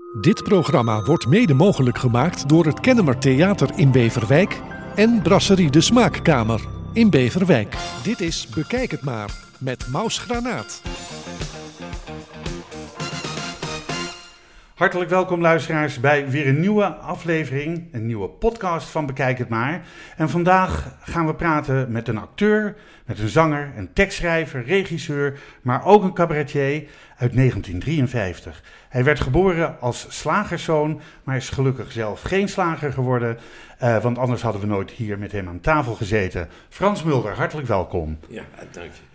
Dit programma wordt mede mogelijk gemaakt door het Kennemer Theater in Beverwijk en Brasserie de Smaakkamer in Beverwijk. Dit is Bekijk het maar met Mausgranaat. Hartelijk welkom luisteraars bij weer een nieuwe aflevering, een nieuwe podcast van Bekijk het maar. En vandaag gaan we praten met een acteur, met een zanger, een tekstschrijver, regisseur, maar ook een cabaretier uit 1953. Hij werd geboren als slagerszoon, maar is gelukkig zelf geen slager geworden, want anders hadden we nooit hier met hem aan tafel gezeten. Frans Mulder, hartelijk welkom. Ja, dank je.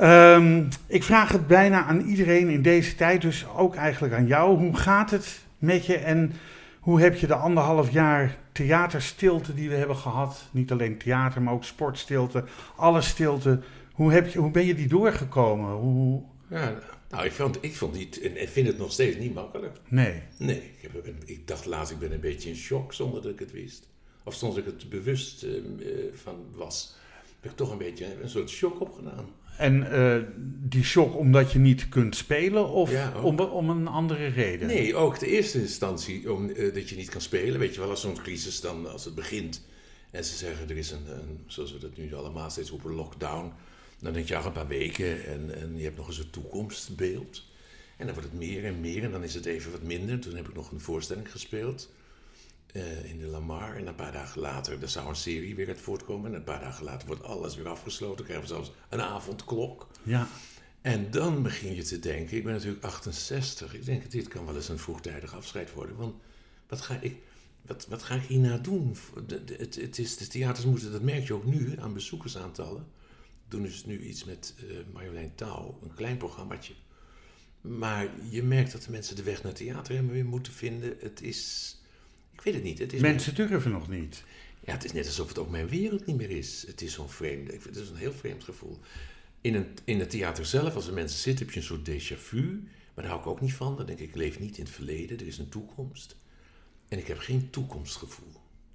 Ik vraag het bijna aan iedereen in deze tijd, dus ook eigenlijk aan jou. Hoe gaat het met je en hoe heb je de 1,5 jaar theaterstilte die we hebben gehad, niet alleen theater, maar ook sportstilte, alle stilte, hoe ben je die doorgekomen? Ja, nou, ik vond die, en vind het nog steeds niet makkelijk. Nee. Nee, ik dacht laatst, ik ben een beetje in shock zonder dat ik het wist. Of zonder dat ik het bewust van was. Heb ik toch een beetje een soort shock opgedaan. En die shock omdat je niet kunt spelen of ja, om een andere reden? Nee, ook de eerste instantie dat je niet kan spelen. Weet je wel, als zo'n crisis dan, als het begint en ze zeggen er is een zoals we dat nu allemaal steeds roepen, lockdown. Dan denk je, een paar weken en je hebt nog eens een toekomstbeeld. En dan wordt het meer en meer en dan is het even wat minder. Toen heb ik nog een voorstelling gespeeld in de Lamar. En een paar dagen later, er zou een serie weer uit voortkomen. En een paar dagen later wordt alles weer afgesloten. Krijgen we zelfs een avondklok. Ja. En dan begin je te denken, ik ben natuurlijk 68. Ik denk, dit kan wel eens een vroegtijdig afscheid worden. Want wat ga ik hierna doen? De theaters moeten, dat merk je ook nu aan bezoekersaantallen. Doen dus nu iets met Marjolein Touw, een klein programmaatje. Maar je merkt dat de mensen de weg naar theater hebben weer moeten vinden. Het is, ik weet het niet. Mensen durven nog niet. Ja, het is net alsof het ook mijn wereld niet meer is. Het is zo'n vreemde, het is een heel vreemd gevoel. In het theater zelf, als er mensen zitten, heb je een soort déjà vu. Maar daar hou ik ook niet van. Dan denk ik leef niet in het verleden, er is een toekomst. En ik heb geen toekomstgevoel.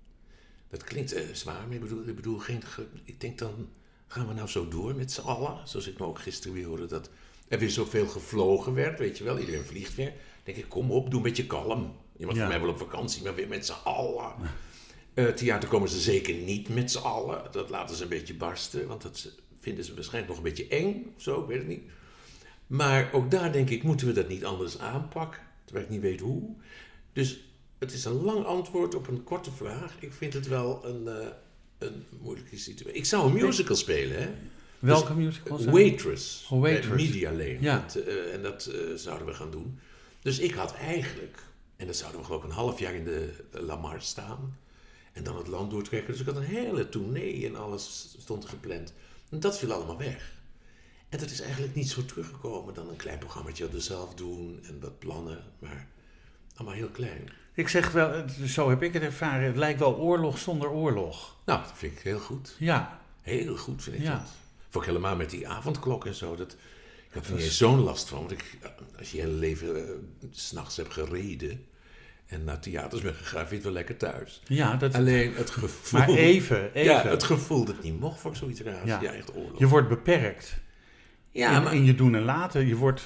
Dat klinkt zwaar, maar ik bedoel ik denk dan, gaan we nou zo door met z'n allen? Zoals ik me ook gisteren weer hoorde, dat er weer zoveel gevlogen werd, weet je wel. Iedereen vliegt weer. Dan denk ik, kom op, doe een beetje kalm. Je mag voor mij wel op vakantie, maar weer met z'n allen. Theater komen ze zeker niet met z'n allen. Dat laten ze een beetje barsten, want dat vinden ze waarschijnlijk nog een beetje eng. Of zo, ik weet het niet. Maar ook daar denk ik, moeten we dat niet anders aanpakken? Terwijl ik niet weet hoe. Dus het is een lang antwoord op een korte vraag. Ik vind het wel een moeilijke situatie. Ik zou een musical spelen, hè? Welke musical? Waitress. Waitress. Media Lane. Ja. Dat zouden we gaan doen. Dus ik had eigenlijk, en dat zouden we geloof ik 1,5 jaar in de Lamar staan. En dan het land doortrekken. Dus ik had een hele tournee en alles stond gepland. En dat viel allemaal weg. En dat is eigenlijk niet zo teruggekomen. Dan een klein programmaatje hadden we zelf doen en wat plannen. Maar allemaal heel klein. Ik zeg wel, zo heb ik het ervaren, het lijkt wel oorlog zonder oorlog. Nou, dat vind ik heel goed. Ja. Heel goed vind ik Ja. dat. Vond ik helemaal met die avondklok en zo. Ik heb er niet eens zo'n last van. Want als je hele leven 's nachts hebt gereden en naar theaters bent gegaan, vind je het wel lekker thuis. Ja, dat... Alleen het gevoel... Maar even. Ja, het gevoel dat het niet mocht, vond ik zoiets raars. Ja. Ja, echt oorlog. Je wordt beperkt. Ja, in je doen en laten. Je wordt...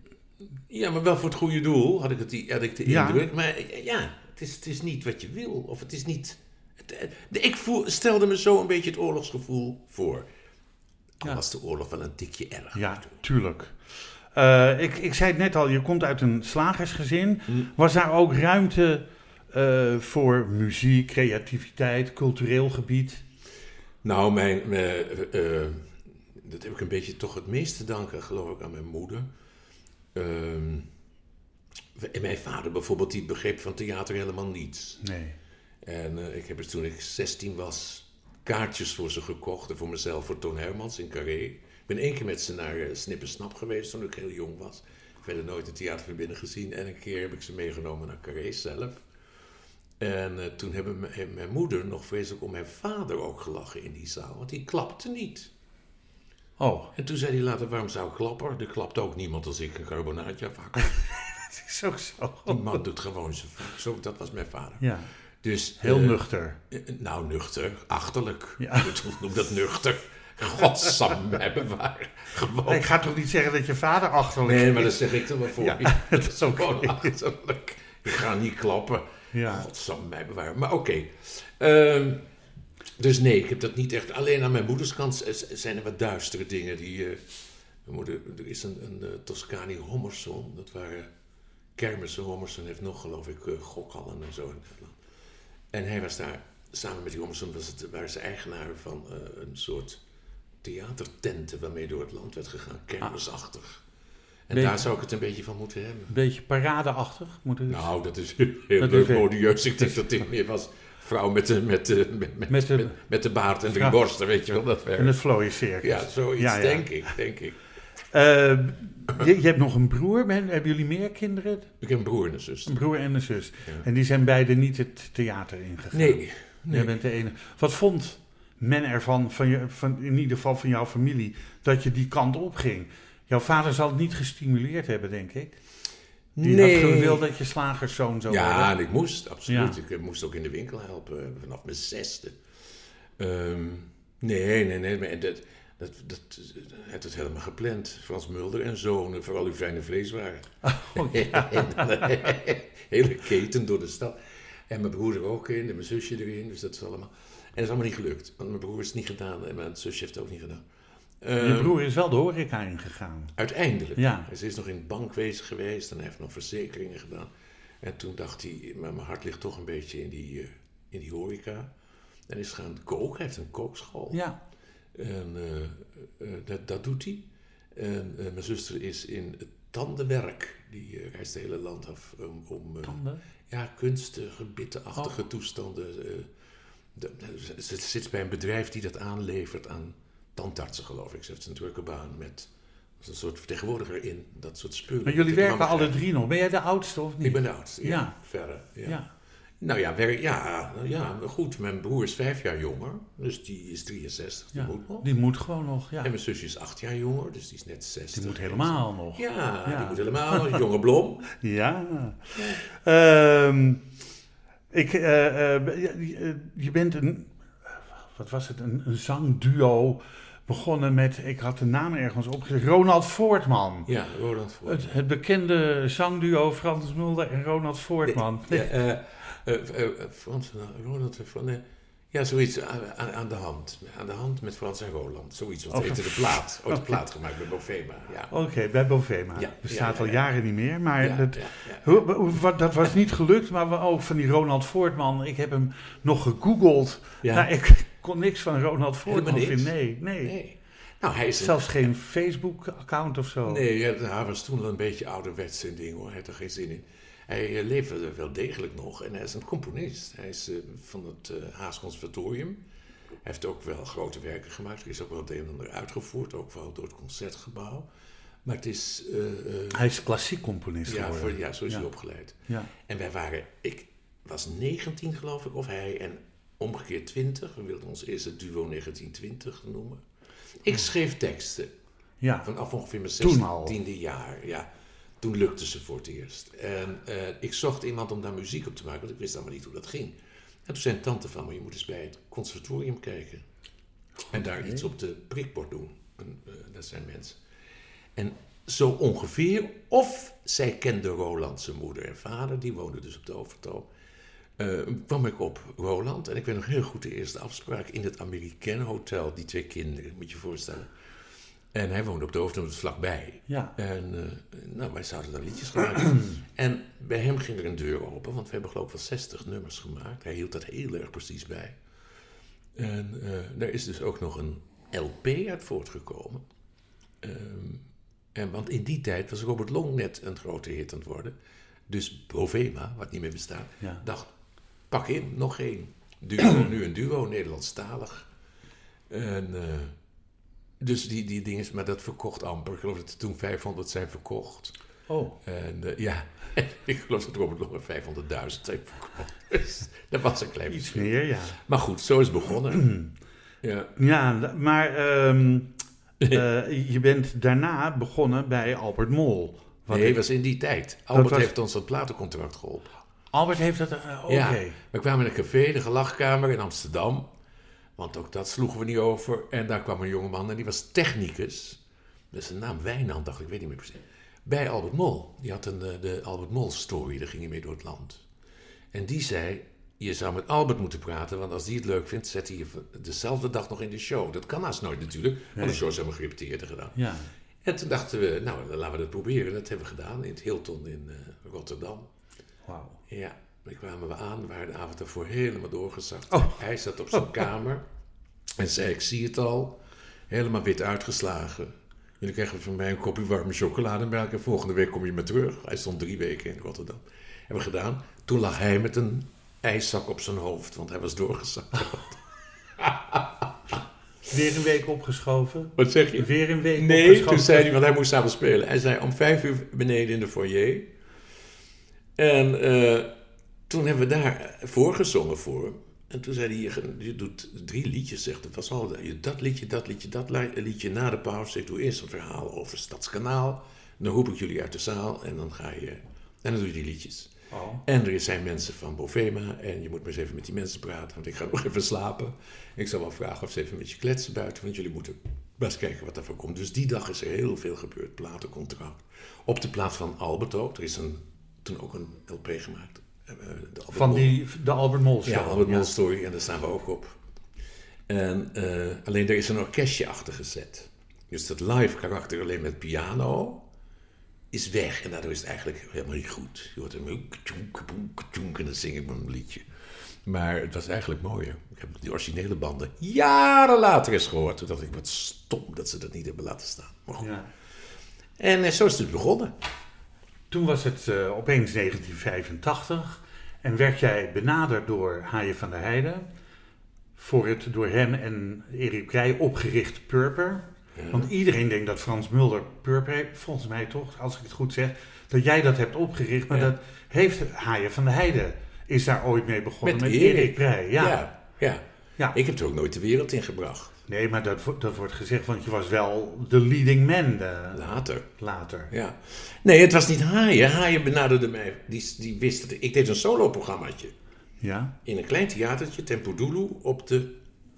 Ja, maar wel voor het goede doel had ik de Ja. indruk. Maar ja, het is niet wat je wil. Of het is niet... Ik stelde me zo een beetje het oorlogsgevoel voor. Al Ja. was de oorlog wel een tikje erg. Ja, tuurlijk. Ik zei het net al, je komt uit een slagersgezin. Was daar ook ruimte voor muziek, creativiteit, cultureel gebied? Nou, dat heb ik een beetje toch het meest te danken, geloof ik, aan mijn moeder. En mijn vader bijvoorbeeld, die begreep van theater helemaal niets. Nee. En ik heb dus toen ik 16 was kaartjes voor ze gekocht en voor mezelf voor Toon Hermans in Carré. Ik ben 1 keer met ze naar Snippersnap geweest toen ik heel jong was. Verder nooit het theater van binnen gezien. En een keer heb ik ze meegenomen naar Carré zelf. En toen hebben mijn moeder nog vreselijk om mijn vader ook gelachen in die zaal. Want die klapte niet. Oh. En toen zei hij later, waarom zou ik klappen? Er klapt ook niemand als ik een carbonaatje afhak. Het is ook zo. Die man doet gewoon zijn vak. Zo, dat was mijn vader. Ja. Dus, Heel nuchter. Nou, nuchter. Achterlijk. Ja. Noem dat nuchter. Godsamme hebben waar. Gewoon. Ik ga toch niet zeggen dat je vader achterlijk is? Nee, maar dat zeg ik er wel voor. Ja, dat is ook Gewoon goed. achterlijk. Ik ga niet klappen. Ja. God zal mij bewaren. Maar oké. Dus nee, ik heb dat niet echt. Alleen aan mijn moeders kant zijn er wat duistere dingen die... er is een Toscani Hommerson. Dat waren kermissen. Hommerson heeft nog, geloof ik, gokhallen en zo. En hij was daar, samen met die Hommerson, waren ze eigenaar van een soort theatertenten waarmee door het land werd gegaan. Kermisachtig. En daar zou ik het een beetje van moeten hebben. Een beetje paradeachtig? Nou, dat is heel leuk modieus. Ik denk dat dit meer was... Vrouw met de baard en 3 borsten, weet je wel, dat werkt. En het vlooiencircus. Ja, zoiets, denk ik. Je hebt nog een broer, hebben jullie meer kinderen? Ik heb een broer en een zus. Een broer en een zus. Ja. En die zijn beide niet het theater ingegaan? Nee. Jij bent de enige. Wat vond men ervan, in ieder geval van jouw familie, dat je die kant op ging? Jouw vader zal het niet gestimuleerd hebben, denk ik. Die had gewild dat je slagerszoon zou worden. Ja, en ik moest, absoluut. Ja. Ik moest ook in de winkel helpen, vanaf mijn 6e. Nee, maar dat had het helemaal gepland. Frans Mulder en Zonen, vooral uw fijne vleeswaren. Hele keten door de stad. En mijn broer er ook in, en mijn zusje erin, dus dat is allemaal... En dat is allemaal niet gelukt, want mijn broer is het niet gedaan en mijn zusje heeft het ook niet gedaan. Je broer is wel de horeca ingegaan. Uiteindelijk. Ja. Hij is nog in het bankwezen geweest en hij heeft nog verzekeringen gedaan. En toen dacht hij, maar mijn hart ligt toch een beetje in die horeca. En is gaan koken, hij heeft een kookschool. Ja. En dat doet hij. En mijn zuster is in het tandenwerk. Die reist het hele land af om Tanden? Ja, kunstgebittenachtige toestanden. Ze zit bij een bedrijf die dat aanlevert aan tandartsen, geloof ik. Ze heeft een drukke baan met een soort vertegenwoordiger in dat soort spullen. Maar jullie werken alle 3 nog. Ben jij de oudste of niet? Ik ben de oudste, Ja. Verre. Ja. Ja. Nou ja, goed. Mijn broer is 5 jaar jonger, dus die is 63, die moet nog. Die moet gewoon nog, ja. En mijn zusje is 8 jaar jonger, dus die is net 60. Die moet helemaal nog. Ja, die moet helemaal nog. Jonge blom. Ja. Je bent een zangduo begonnen met, ik had de naam ergens opgezet, Ronald Voortman. Ja, Ronald Voortman. Het bekende zangduo Frans Mulder en Ronald Voortman. Ronald van... Ja, zoiets aan de hand. Aan de hand met Frans en Roland. Zoiets, wat heette de plaat. Ooit een plaat gemaakt bij Bovema. Ja. Oké, bij Bovema. Ja, Bestaat al jaren niet meer. Maar Ja. dat was niet gelukt. Maar we ook van die Ronald Voortman. Ik heb hem nog gegoogeld. Ja. Nou, ik kon niks van Ronald Voortman vinden. Nee. Nou, hij is zelfs geen Facebook-account of zo. Nee, hij was toen al een beetje ouderwets in ding hoor. Hij had er geen zin in. Hij leefde wel degelijk nog en hij is een componist. Hij is van het Haas Conservatorium. Hij heeft ook wel grote werken gemaakt. Er is ook wel het een en ander uitgevoerd, ook wel door het Concertgebouw. Maar het is... hij is klassiek componist geworden. Zo is hij opgeleid. Ja. En ik was 19 geloof ik, of hij, en omgekeerd 20. We wilden ons eerste duo 1920 noemen. Ik schreef teksten. Ja. Vanaf ongeveer mijn Toen 16e jaar, ja. Toen lukte ze voor het eerst. En ik zocht iemand om daar muziek op te maken, want ik wist allemaal niet hoe dat ging. En toen zei een tante van me, je moet eens bij het conservatorium kijken. En daar iets op de prikbord doen. Dat zijn mensen. En zo ongeveer, of zij kende Roland, zijn moeder en vader, die woonden dus op de Overtoom. Kwam ik op Roland en ik weet nog heel goed de eerste afspraak in het American Hotel, die 2 kinderen, moet je je voorstellen. En hij woonde op de Overtoom, dus vlakbij. Ja. En wij zouden dan liedjes gaan maken. En bij hem ging er een deur open, want we hebben geloof ik wel 60 nummers gemaakt. Hij hield dat heel erg precies bij. En daar is dus ook nog een LP uit voortgekomen. Want in die tijd was Robert Long net een grote hit aan het worden. Dus Bovema, wat niet meer bestaat, dacht, pak in, nog één. Nu een duo, Nederlandstalig. En... Dus die dingen, maar dat verkocht amper. Ik geloof dat er toen 500 zijn verkocht. Oh. En ik geloof dat Robert Long 500.000 heeft verkocht. Dus dat was een klein Iets verschil. meer, ja. Maar goed, zo is het begonnen. Ja, maar je bent daarna begonnen bij Albert Mol. Nee, was in die tijd. Albert heeft ons dat platencontract geholpen. Albert heeft dat... Oké. Ja, we kwamen in een café, de Gelachkamer in Amsterdam. Want ook dat sloegen we niet over. En daar kwam een jongeman en die was technicus. Dat is een naam Wijnand, dacht ik, weet niet meer precies. bij Albert Mol. Die had de Albert Mol story, daar ging hij mee door het land. En die zei, je zou met Albert moeten praten, want als die het leuk vindt, zet hij je dezelfde dag nog in de show. Dat kan haast nooit natuurlijk, want de show is helemaal gerepeteerd en gedaan. Ja. En toen dachten we, nou, dan laten we dat proberen. Dat hebben we gedaan in het Hilton in Rotterdam. Wauw. Ja, daar kwamen we aan, we waren de avond daarvoor helemaal doorgezakt. Oh. Hij zat op zijn kamer en zei, ik zie het al, helemaal wit uitgeslagen. Jullie krijgen van mij een kopje warme chocolademelk en volgende week kom je maar terug. Hij stond 3 weken in Rotterdam. Hebben we gedaan. Toen lag hij met een ijszak op zijn hoofd, want hij was doorgezakt. Weer een week opgeschoven? Wat zeg je? Weer een week Nee, opgeschoven? toen zei hij, want hij moest s'avonds spelen. Hij zei om 5:00 beneden in de foyer. En toen hebben we daar voorgezongen voor hem. En toen zei hij, je doet 3 liedjes, zegt het was al dat liedje, dat liedje na de pauze. Ik doe eerst een verhaal over Stadskanaal. Dan roep ik jullie uit de zaal en dan ga je, en dan doe je die liedjes. Oh. En er zijn mensen van Bovema en je moet maar eens even met die mensen praten, want ik ga nog even slapen. Ik zal wel vragen of ze even met je kletsen buiten, want jullie moeten best kijken wat daarvan komt. Dus die dag is er heel veel gebeurd, platencontract. Op de plaat van Albert ook, er is toen ook een LP gemaakt. Van de Albert Mol show. Ja, Albert Mol story, en daar staan we ook op. En alleen er is een orkestje achter gezet. Dus dat live karakter alleen met piano is weg. En daardoor is het eigenlijk helemaal niet goed. Je hoort hem en dan zing ik een liedje. Maar het was eigenlijk mooier. Ik heb die originele banden jaren later eens gehoord. Toen dacht ik, wat stom dat ze dat niet hebben laten staan. Maar goed. Ja. En zo is het begonnen. Toen was het opeens 1985 en werd jij benaderd door Haaien van der Heijden voor het door hem en Erik Prij opgericht Purper. Ja. Want iedereen denkt dat Frans Mulder Purper heeft, volgens mij toch, als ik het goed zeg, dat jij dat hebt opgericht. Maar dat heeft Haaien van der Heijden, is daar ooit mee begonnen met Erik Prij. Ja. Ik heb er ook nooit de wereld in gebracht. Nee, maar dat wordt gezegd, want je was wel de leading man later. Ja. Nee, het was niet Haaien. Haaien benaderde mij. Die wist dat ik deed een solo-programmaatje. Ja. In een klein theatertje, Tempodulu, op de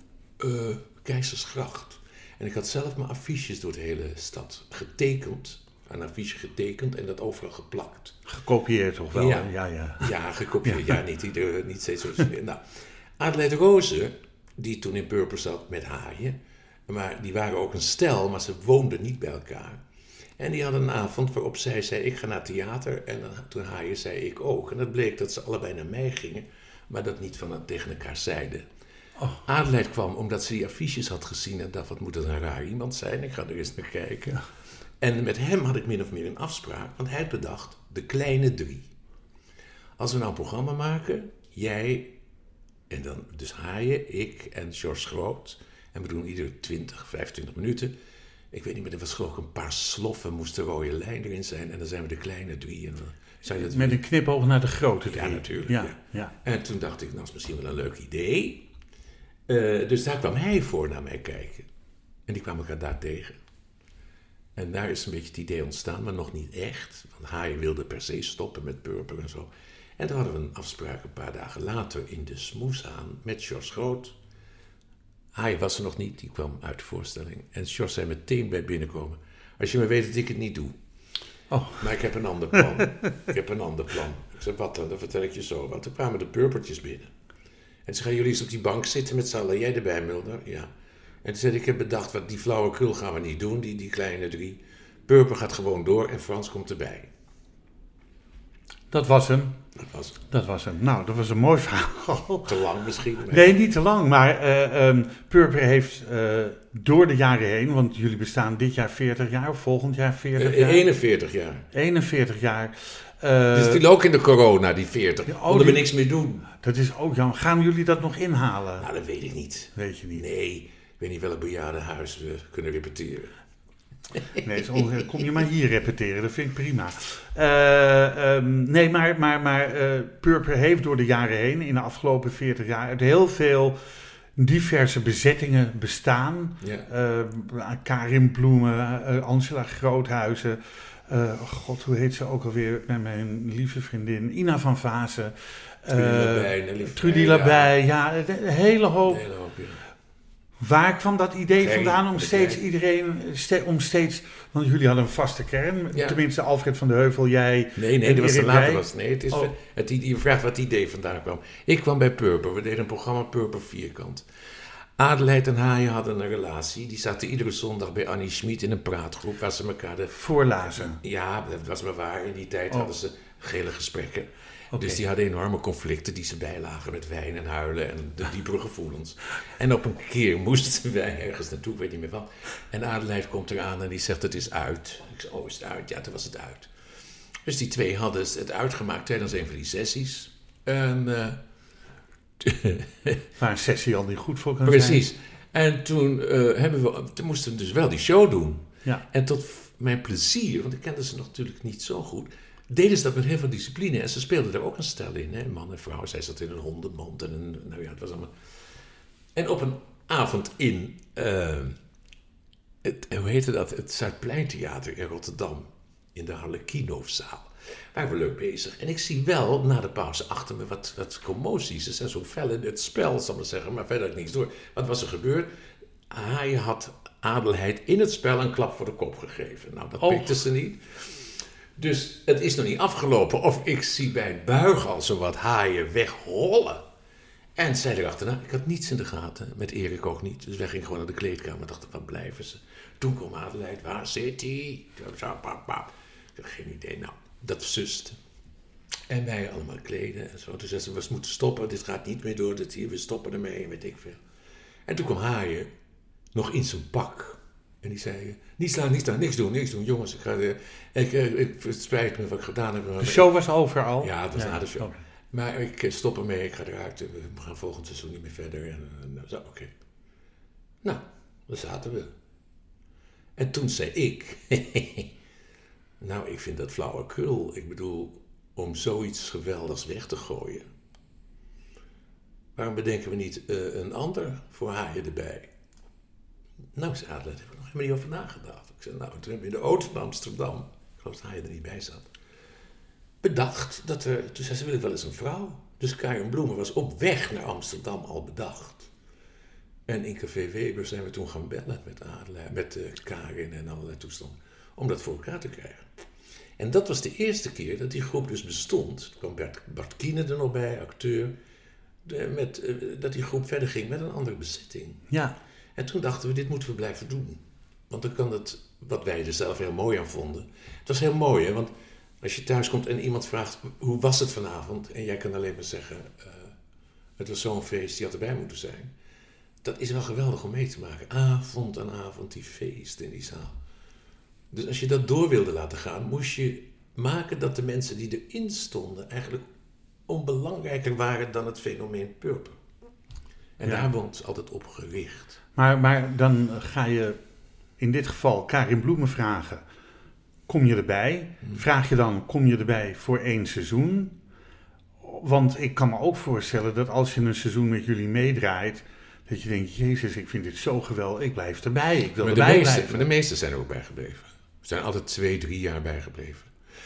Keizersgracht. En ik had zelf mijn affiches door de hele stad getekend. Een affiche getekend en dat overal geplakt. Gekopieerd toch wel? Ja. Ja, gekopieerd. Ja, niet steeds zo. Nou, Adelaide Rozen, die toen in Purper zat met Haaien. Maar die waren ook een stel, maar ze woonden niet bij elkaar. En die hadden een avond waarop zij zei, ik ga naar het theater. En toen Haaien zei, ik ook. En dat bleek dat ze allebei naar mij gingen, maar dat niet tegen elkaar zeiden. Oh. Adelaide kwam omdat ze die affiches had gezien en dacht, wat moet dat een raar iemand zijn? Ik ga er eens naar kijken. Ja. En met hem had ik min of meer een afspraak, want hij had bedacht, de kleine 3. Als we nou een programma maken, jij en dan dus Haaien, ik en George Groot. En we doen ieder 20, 25 minuten. Ik weet niet meer, er was geloof ik een paar sloffen, moest de rode lijn erin zijn. En dan zijn we de kleine 3. En met een knipoog naar de grote 3. Ja, natuurlijk. Ja. En toen dacht ik, nou is misschien wel een leuk idee. Dus daar kwam hij voor naar mij kijken. En die kwam elkaar daar tegen. En daar is een beetje het idee ontstaan, maar nog niet echt. Want Haaien wilde per se stoppen met Purper en zo. En toen hadden we een afspraak een paar dagen later in de Smoeshaan met George Groot. Haaien was er nog niet, die kwam uit de voorstelling. En George zei meteen bij binnenkomen, als je maar weet dat ik het niet doe. Oh. Maar ik heb een ander plan. Ik zei, wat dan? Dan vertel ik je zo. Want toen kwamen de Purpertjes binnen. En ze gaan jullie eens op die bank zitten met z'n allen. Jij erbij, Mulder? Ja. En toen zei ik heb bedacht, wat die flauwekul gaan we niet doen, die kleine 3. Purper gaat gewoon door en Frans komt erbij. Dat was hem. Dat was hem. Nou, dat was een mooi verhaal. Te lang misschien. Maar... Nee, niet te lang. Maar Purper heeft door de jaren heen, want jullie bestaan dit jaar 40 jaar of volgend jaar 40 jaar? 41 jaar. 41 jaar. Dus die ook in de corona, die 40. Ja, omdat we niks meer doen. Dat is ook jammer. Gaan jullie dat nog inhalen? Nou, dat weet ik niet. Weet je niet? Nee, ik weet niet welk bejaardenhuis we kunnen repeteren. Nee, kom je maar hier repeteren, dat vind ik prima. Nee, maar Purper heeft door de jaren heen, in de afgelopen 40 jaar, uit heel veel diverse bezettingen bestaan. Ja. Karin Bloemen, Angela Groothuizen, god, hoe heet ze ook alweer, met mijn lieve vriendin, Ina van Vaassen. Trudy Labij, ja, een hele hoop. Ja. Waar kwam dat idee vandaan om steeds want jullie hadden een vaste kern, tenminste Alfred van de Heuvel, jij... Nee, dat was de later. Je vraagt wat het idee vandaan kwam. Ik kwam bij Purper, we deden een programma Purper Vierkant. Adelheid en Haaien hadden een relatie. Die zaten iedere zondag bij Annie Schmid in een praatgroep waar ze elkaar voorlazen. Ja, dat was maar waar. In die tijd hadden ze gele gesprekken. Okay. Dus die hadden enorme conflicten die ze bijlagen met wijn en huilen en de diepere gevoelens. En op een keer moesten wij ergens naartoe, ik weet niet meer wat. En Adelheid komt eraan en die zegt het is uit. Ik zeg, is het uit? Ja, toen was het uit. Dus die twee hadden het uitgemaakt tijdens een van die sessies. En... waar een sessie al niet goed voor kan Precies. zijn. En toen moesten we dus wel die show doen. Ja. En tot mijn plezier, want ik kende ze natuurlijk niet zo goed, deden ze dat met heel veel discipline. En ze speelden er ook een stel in, hè? Man en vrouw. Zij zat in een hondenmond en het was allemaal... En op een avond in, hoe heette dat? Het Zuidpleintheater in Rotterdam, in de Harlekinozaal. Waren we leuk bezig. En ik zie wel, na de pauze, achter me wat commoties. Ze zijn zo fel in het spel, zal ik maar zeggen, maar verder niks door. Wat was er gebeurd? Haaien had Adelheid in het spel een klap voor de kop gegeven. Nou, dat pikte ze niet. Dus het is nog niet afgelopen. Of ik zie bij het buigen al zo wat Haaien wegrollen. En zij erachterna, ik had niets in de gaten. Met Erik ook niet. Dus wij gingen gewoon naar de kleedkamer en dachten, wat blijven ze? Toen kwam Adelheid, waar zit hij? Ik had geen idee. Nou, dat zust. En wij allemaal kleden en zo. Toen zei ze, we moeten stoppen, dit gaat niet meer door, we stoppen ermee en weet ik veel. En toen kwam Haaien nog in zijn pak. En die zei, niet slaan, niks doen. Jongens, het spijt me wat ik gedaan heb. De show was over al? Ja, het was na de show. Okay. Maar ik stop ermee, ik ga eruit. We gaan volgend seizoen niet meer verder. En zo, oké. Nou, daar zaten we. En toen zei ik... Nou, ik vind dat flauwekul. Ik bedoel, om zoiets geweldigs weg te gooien. Waarom bedenken we niet een ander voor Haaien erbij? Nou, ik zei, daar heb ik nog helemaal niet over nagedacht. Ik zei, nou, toen hebben we in de auto van Amsterdam, ik geloof dat Haaien er niet bij zat, bedacht dat er, toen zei ze, wil ik wel eens een vrouw. Dus Karin Bloemen was op weg naar Amsterdam al bedacht. En in Café Weber zijn we toen gaan bellen met Adelheid, met Karin en allerlei toestanden, om dat voor elkaar te krijgen. En dat was de eerste keer dat die groep dus bestond. Er kwam Bart Kiene er nog bij, acteur, dat die groep verder ging met een andere bezetting. Ja. En toen dachten we, dit moeten we blijven doen. Want dan kan het, wat wij er zelf heel mooi aan vonden. Het was heel mooi, hè, want als je thuis komt en iemand vraagt, hoe was het vanavond? En jij kan alleen maar zeggen, het was zo'n feest, die had erbij moeten zijn. Dat is wel geweldig om mee te maken. Avond aan avond, die feest in die zaal. Dus als je dat door wilde laten gaan, moest je maken dat de mensen die erin stonden eigenlijk onbelangrijker waren dan het fenomeen Purper. En daar hebben we ons altijd op gericht. Maar dan ga je in dit geval Karin Bloemen vragen, kom je erbij? Vraag je dan, kom je erbij voor 1 seizoen? Want ik kan me ook voorstellen dat als je een seizoen met jullie meedraait, dat je denkt, Jezus, ik vind dit zo geweldig, ik blijf erbij, ik wil erbij blijven. Maar de meesten zijn er ook bijgebleven. We zijn altijd 2-3 jaar bijgebleven.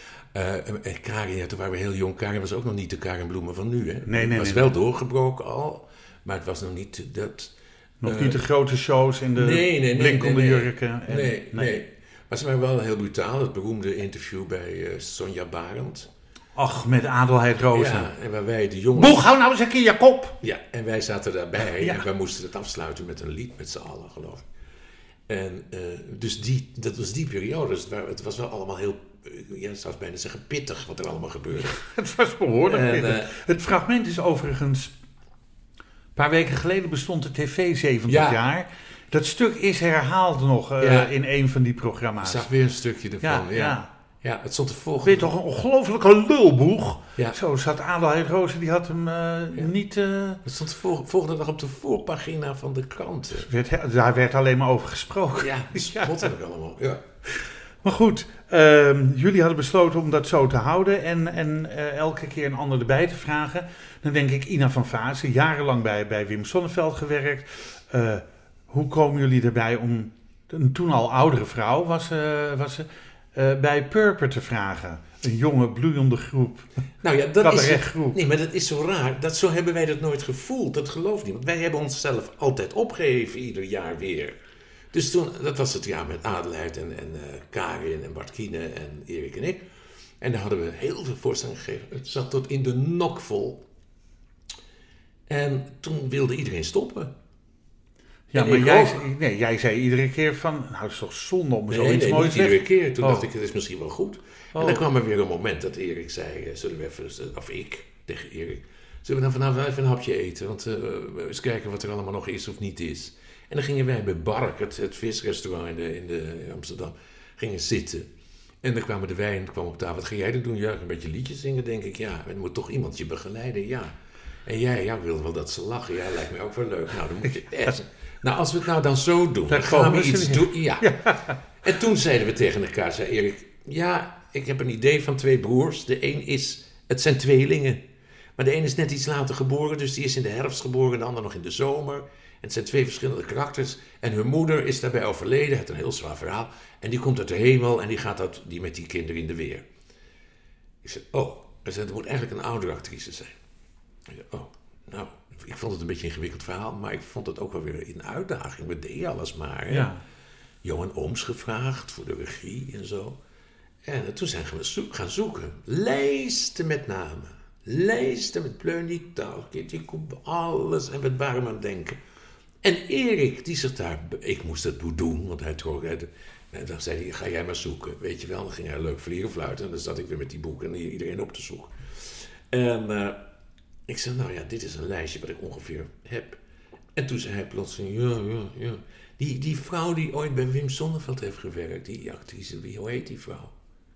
En Karin, toen waren we heel jong. Karin was ook nog niet de Karin Bloemen van nu. Hè? Nee, het was wel doorgebroken al, maar het was nog niet dat... Nog niet de grote shows in de blinkende jurken. Nee. Maar ze waren wel heel brutaal. Het beroemde interview bij Sonja Barend. Ach, met Adelheid Rozen. Ja, en waar wij de jongens... Boeg, hou nou eens een keer je kop! Ja, en wij zaten daarbij. En wij moesten het afsluiten met een lied met z'n allen, geloof ik. En dus dat was die periode. Dus het was wel allemaal heel... Ja, ik zou bijna zeggen pittig wat er allemaal gebeurde. Het was behoorlijk pittig. Het fragment is overigens... Een paar weken geleden bestond de tv 70 jaar. Dat stuk is herhaald nog in een van die programma's. Ik zag weer een stukje ervan. Ja, het stond de volgende. Weet je toch, een ongelofelijke lulboeg. Ja. Zo zat Adelheid Rozen, die had hem niet... Het stond de volgende dag op de voorpagina van de krant. Daar werd alleen maar over gesproken. Ja, spottelijk allemaal. Ja. Maar goed, jullie hadden besloten om dat zo te houden en elke keer een ander erbij te vragen. Dan denk ik, Ina van Vaassen, jarenlang bij Wim Sonneveld gewerkt. Hoe komen jullie erbij om, een toen al oudere vrouw was ze, bij Purper te vragen? Een jonge, bloeiende groep. Nou ja, dat Cabaretgroep. Nee, maar dat is zo raar. Zo hebben wij dat nooit gevoeld. Dat gelooft niemand. Wij hebben onszelf altijd opgeheven, ieder jaar weer. Dus toen, dat was het jaar met Adelheid en Karin en Bart Kiene en Erik en ik. En daar hadden we heel veel voorstellingen gegeven. Het zat tot in de nok vol. En toen wilde iedereen stoppen. Ja, en maar jij zei iedere keer van, nou het is toch zonde om zoiets moois niet te iedere keer. Toen dacht ik, het is misschien wel goed. Oh. En dan kwam er weer een moment dat Erik zei, zullen we even, of ik tegen Erik, zullen we dan vanavond even een hapje eten? Want we eens kijken wat er allemaal nog is of niet is. En dan gingen wij bij Bark, het visrestaurant in Amsterdam, gingen zitten. En dan kwam de wijn op tafel. Wat ga jij dan doen? Ja, een beetje liedjes zingen, denk ik. Ja, er moet toch iemand je begeleiden, ja. En jij, ja, ik wil wel dat ze lachen. Ja, lijkt me ook wel leuk. Nou, dan moet je echt... Nou, als we het nou dan zo doen, dan gaan we iets doen. Ja. En toen zeiden we tegen elkaar, zei Erik, ja, ik heb een idee van 2 broers. Het zijn tweelingen. Maar de een is net iets later geboren, dus die is in de herfst geboren en de ander nog in de zomer. En het zijn 2 verschillende karakters. En hun moeder is daarbij overleden, het een heel zwaar verhaal. En die komt uit de hemel en die gaat die met die kinderen in de weer. Ik zei, er moet eigenlijk een oudere actrice zijn. Ik zei, nou, ik vond het een beetje een ingewikkeld verhaal, maar ik vond het ook wel weer een uitdaging. We deden alles maar. Ja. Johan Ooms gevraagd voor de regie en zo. En toen zijn we gaan zoeken. Lijsten met namen. Lijsten met Pleunietaal, Kitty Koep, alles. En we waren aan het denken. En Erik, die zegt daar, ik moest het doen, want hij trok uit. En dan zei hij, ga jij maar zoeken. Weet je wel, dan ging hij leuk vliegen fluiten. En dan zat ik weer met die boeken en iedereen op te zoeken. En ik zei, nou ja, dit is een lijstje wat ik ongeveer heb. En toen zei hij plotseling, ja. Die vrouw die ooit bij Wim Sonneveld heeft gewerkt, die actrice, hoe heet die vrouw?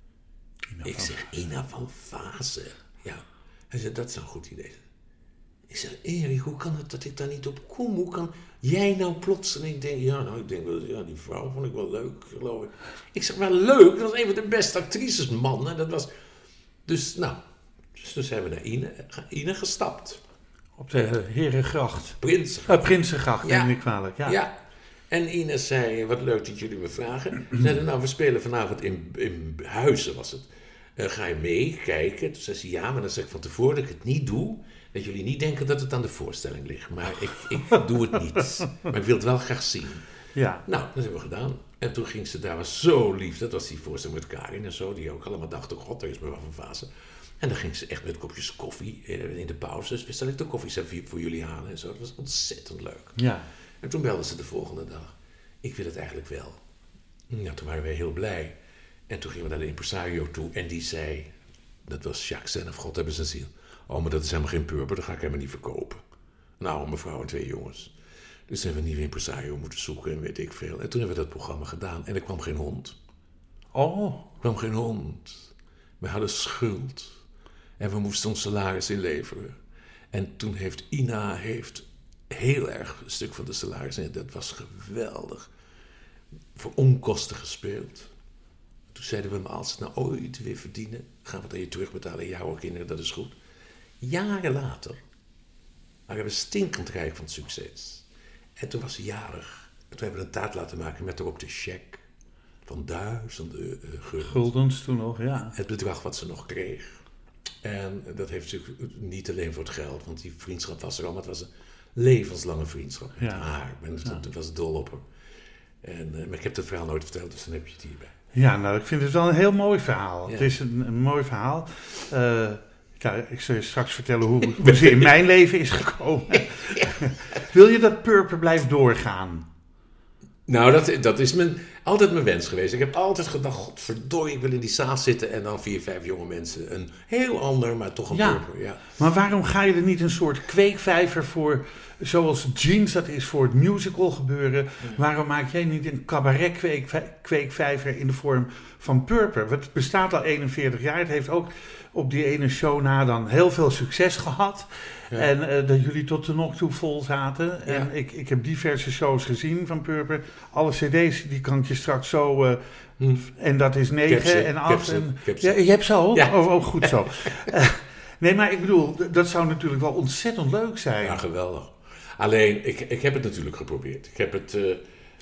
Ik zeg, Ina van Vaassen. Ja. Hij zei, dat is een goed idee. Ik zeg, Erik, hoe kan het dat ik daar niet op kom? Hoe kan jij nou plotseling denken... ik denk wel, die vrouw vond ik wel leuk, geloof ik. Ik zeg, maar leuk, dat was een van de beste actrices, man. En dat was... Dus toen zijn we naar Ine gestapt. Op de Herengracht. Prinsengracht, neem ik kwalijk, ja. Ja. En Ine zei, wat leuk dat jullie me vragen. Ze zeiden, nou, we spelen vanavond in Huizen, was het. Ga je mee kijken? Toen zei ze, ja, maar dan zeg ik van tevoren dat ik het niet doe. Dat jullie niet denken dat het aan de voorstelling ligt. Maar ik doe het niet. Maar ik wil het wel graag zien. Ja. Nou, dat hebben we gedaan. En toen ging ze daar, was zo lief. Dat was die voorstelling met Karin en zo. Die ook allemaal dachten, god, daar is me wel van Vaassen. En dan ging ze echt met kopjes koffie in de pauzes. Zal ik de koffieservier voor jullie halen en zo. Dat was ontzettend leuk. Ja. En toen belde ze de volgende dag. Ik wil het eigenlijk wel. Nou, toen waren wij heel blij. En toen gingen we naar de impresario toe. En die zei, dat was Jacques en of God hebben zijn ziel. Oh, maar dat is helemaal geen purper, dat ga ik helemaal niet verkopen. Nou, een mevrouw en 2 jongens. Dus toen hebben we een nieuwe impresario moeten zoeken en weet ik veel. En toen hebben we dat programma gedaan en er kwam geen hond. Oh. Er kwam geen hond. We hadden schuld. En we moesten ons salaris inleveren. En toen heeft Ina heel erg een stuk van de salaris. En dat was geweldig. Voor onkosten gespeeld. Toen zeiden we, maar als we het nou ooit weer verdienen, gaan we het aan je terugbetalen. Jouw kinderen, dat is goed. Jaren later waren we stinkend rijk van succes. En toen was ze jarig. En toen hebben we een taart laten maken met erop de cheque van 1000 guldens toen nog, ja. Het bedrag wat ze nog kreeg. En dat heeft natuurlijk niet alleen voor het geld, want die vriendschap was er al, maar het was een levenslange vriendschap met haar. Ik was dol op haar. Maar ik heb het verhaal nooit verteld, dus dan heb je het hierbij. Ja, nou, ik vind het wel een heel mooi verhaal. Ja. Het is een mooi verhaal. Ik zal je straks vertellen hoe ze in mijn leven is gekomen. Wil je dat Purper blijft doorgaan? Nou, dat is altijd mijn wens geweest. Ik heb altijd gedacht, godverdorie, ik wil in die zaal zitten en dan 4, 5 jonge mensen. Een heel ander, maar toch een Purper. Ja. Maar waarom ga je er niet een soort kweekvijver voor, zoals Jeans dat is voor het musical gebeuren? Ja. Waarom maak jij niet een cabaret kweekvijver in de vorm van Purper? Het bestaat al 41 jaar. Het heeft ook op die ene show na dan heel veel succes gehad. Ja. En dat jullie tot de nok toe vol zaten. Ja. En ik heb diverse shows gezien van Purper. Alle cd's, die kan ik je straks zo... En dat is 9 en 8. Ja, je hebt zo? Ja. Oh, goed zo. Nee, maar ik bedoel, dat zou natuurlijk wel ontzettend leuk zijn. Ja, geweldig. Alleen, ik heb het natuurlijk geprobeerd. Ik heb het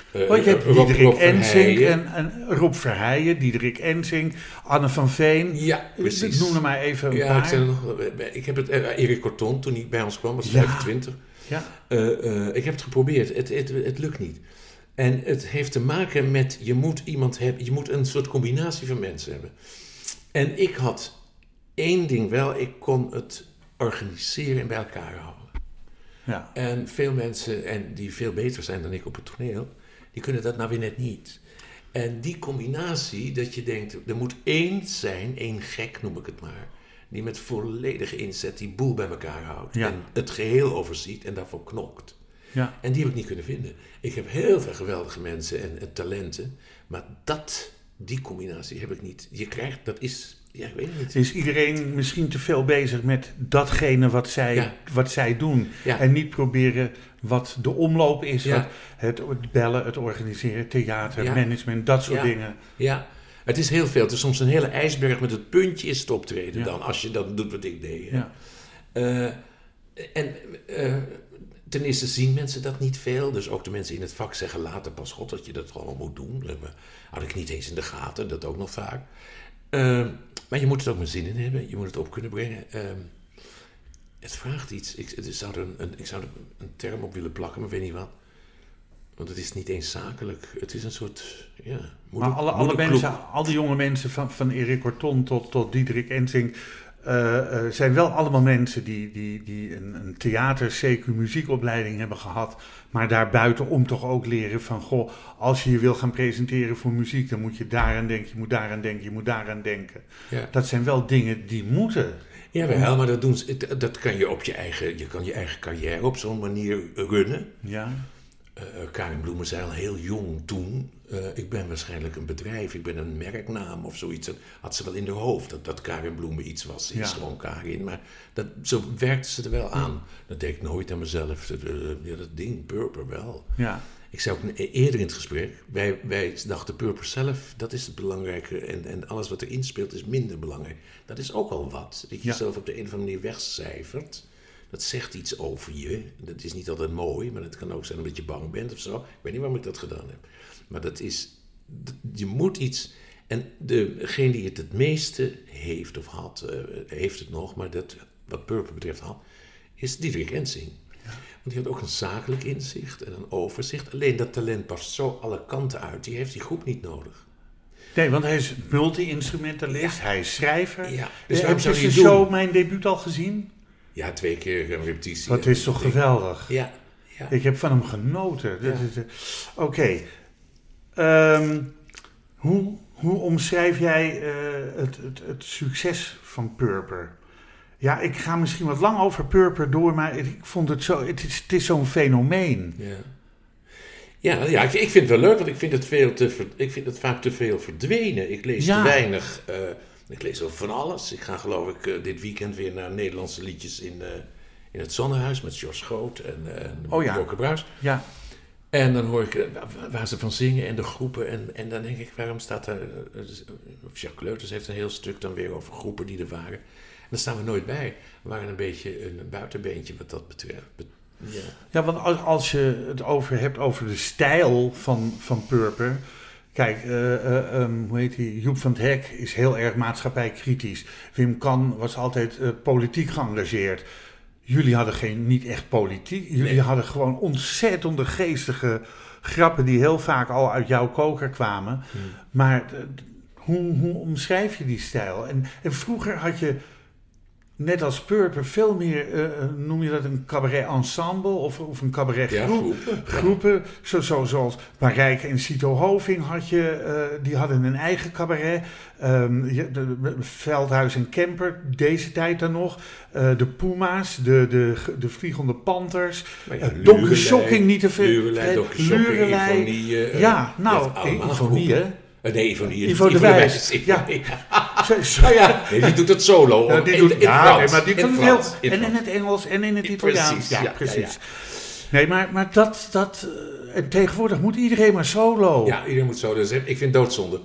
Want je hebt Diederik Ensink en Rob Verheijen, Diederik Ensink, Anne van Veen. Ja, precies. Noem er maar even een paar. Ik heb het, Erik Corton, toen hij bij ons kwam, was 25. Ja. Ik heb het geprobeerd, het lukt niet. En het heeft te maken met, je moet iemand hebben, je moet een soort combinatie van mensen hebben. En ik had één ding wel, ik kon het organiseren en bij elkaar houden. Ja. En veel mensen, en die veel beter zijn dan ik op het toneel, die kunnen dat nou weer net niet. En die combinatie, dat je denkt, er moet één zijn, één gek noem ik het maar, die met volledige inzet die boel bij elkaar houdt. Ja. En het geheel overziet en daarvoor knokt. Ja. En die heb ik niet kunnen vinden. Ik heb heel veel geweldige mensen en talenten, maar die combinatie heb ik niet. Je krijgt, dat is... Ja, ik weet het niet. Is iedereen misschien te veel bezig met datgene wat zij doen? Ja. En niet proberen wat de omloop is. Ja. Wat het bellen, het organiseren, theater, Ja. management, dat soort dingen. Ja, het is heel veel. Het is soms een hele ijsberg met het puntje is het optreden Ja. dan. Als je dat doet wat ik deed. Ja. Ten eerste zien mensen dat niet veel. Dus ook de mensen in het vak zeggen later pas, god, dat je dat gewoon moet doen. Dat had ik niet eens in de gaten, dat ook nog vaak. Maar je moet het ook met zin in hebben. Je moet het op kunnen brengen. Het vraagt iets. Ik zou er een term op willen plakken, maar ik weet niet wat. Want het is niet eens zakelijk. Het is een soort... Ja, Maar alle mensen, al die jonge mensen van Erik Corton tot Diederik Ensink... zijn wel allemaal mensen die een theater, CQ muziekopleiding hebben gehad. Maar daarbuitenom toch ook leren van... Goh, als je je wil gaan presenteren voor muziek... dan moet je daaraan denken, je moet daaraan denken, je moet daaraan denken. Ja. Dat zijn wel dingen die moeten. Jawel, maar dat kan je op je eigen... Je kan je eigen carrière op zo'n manier runnen. Ja. Karin Bloemen zei al heel jong toen... ik ben waarschijnlijk een bedrijf, ik ben een merknaam of zoiets. Dat had ze wel in haar hoofd, dat Karin Bloemen iets was. Ze is gewoon Karin, maar zo werkte ze er wel aan. Dat deed ik nooit aan mezelf. Dat ding, Purper wel. Ja. Ik zei ook eerder in het gesprek... Wij dachten Purper zelf, dat is het belangrijke... en alles wat erin speelt is minder belangrijk. Dat is ook al wat. Dat je jezelf op de een of andere manier wegcijfert... Dat zegt iets over je. Dat is niet altijd mooi, maar het kan ook zijn omdat je bang bent of zo. Ik weet niet waarom ik dat gedaan heb. Maar dat is... Je moet iets... En degene die het meeste heeft of had... heeft het nog, maar dat wat Purper betreft had... is Diederik Ensink. Ja. Want die had ook een zakelijk inzicht en een overzicht. Alleen dat talent past zo alle kanten uit. Die heeft die groep niet nodig. Nee, want hij is multi-instrumentalist. Ja. Hij is schrijver. Ja. Dus heb je zijn show Mijn Debuut al gezien? Ja, 2 keer een repetitie. Dat is toch geweldig? Ja. Ik heb van hem genoten. Ja. Oké. Hoe omschrijf jij het succes van Purper? Ja, ik ga misschien wat lang over Purper door, maar ik vond het zo... Het is zo'n fenomeen. Ja, ik vind het wel leuk, want ik vind het vaak te veel verdwenen. Ik lees te weinig... Ik lees over van alles. Ik ga geloof ik dit weekend weer naar Nederlandse liedjes in het Zonnehuis met George Schoot en Joke Bruis. Ja. En dan hoor ik waar ze van zingen en de groepen. En dan denk ik, waarom staat er... Jacques Kleuters heeft een heel stuk dan weer over groepen die er waren. En daar staan we nooit bij. We waren een beetje een buitenbeentje wat dat betreft. Ja, want als je het hebt over de stijl van Purper... Kijk, hoe heet hij? Joep van het Hek is heel erg maatschappijkritisch. Wim Kan was altijd politiek geëngageerd. Jullie hadden niet echt politiek. Jullie hadden gewoon ontzettende geestige grappen die heel vaak al uit jouw koker kwamen. Maar hoe omschrijf je die stijl? En vroeger had je, net als Purper, veel meer, noem je dat een cabaret ensemble of een cabaret groep? Ja, groepen. Zoals Marijke en Cito Hoving had je, die hadden een eigen cabaret. Veldhuis en Kemper, deze tijd dan nog. De Puma's, de Vliegende Panthers. Donkere Shocking, niet te veel. Lurelei. Ivonie, hè? Nee, Ivo de Wijs. Ja. Nee, die doet het solo. Ja, die doet, Frans. Maar die kan heel... En in het Engels en in het Italiaans. Precies. Nee, maar dat... En tegenwoordig moet iedereen maar solo. Ja, iedereen moet solo. Dus ik vind doodzonde.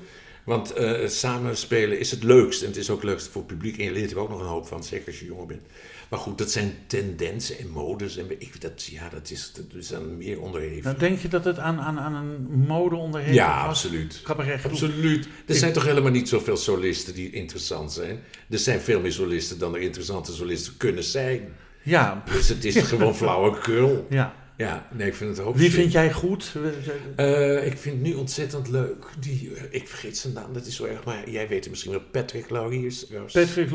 Want samenspelen is het leukst. En het is ook het leukst voor het publiek. En je leert er ook nog een hoop van, zeker als je jonger bent. Maar goed, dat zijn tendensen en modes. En dat is aan meer onderhevig. Nou, denk je dat het aan een mode onderhevig ja, was? Absoluut. Cabaret. Absoluut. Er zijn toch helemaal niet zoveel solisten die interessant zijn. Er zijn veel meer solisten dan er interessante solisten kunnen zijn. Ja. Dus het is gewoon flauwekul. Ja. Ja, nee, ik vind het ook. Wie vind jij goed? Ik vind nu ontzettend leuk. Ik vergeet zijn naam, dat is zo erg. Maar jij weet het misschien wel. Patrick Lauriers. Patrick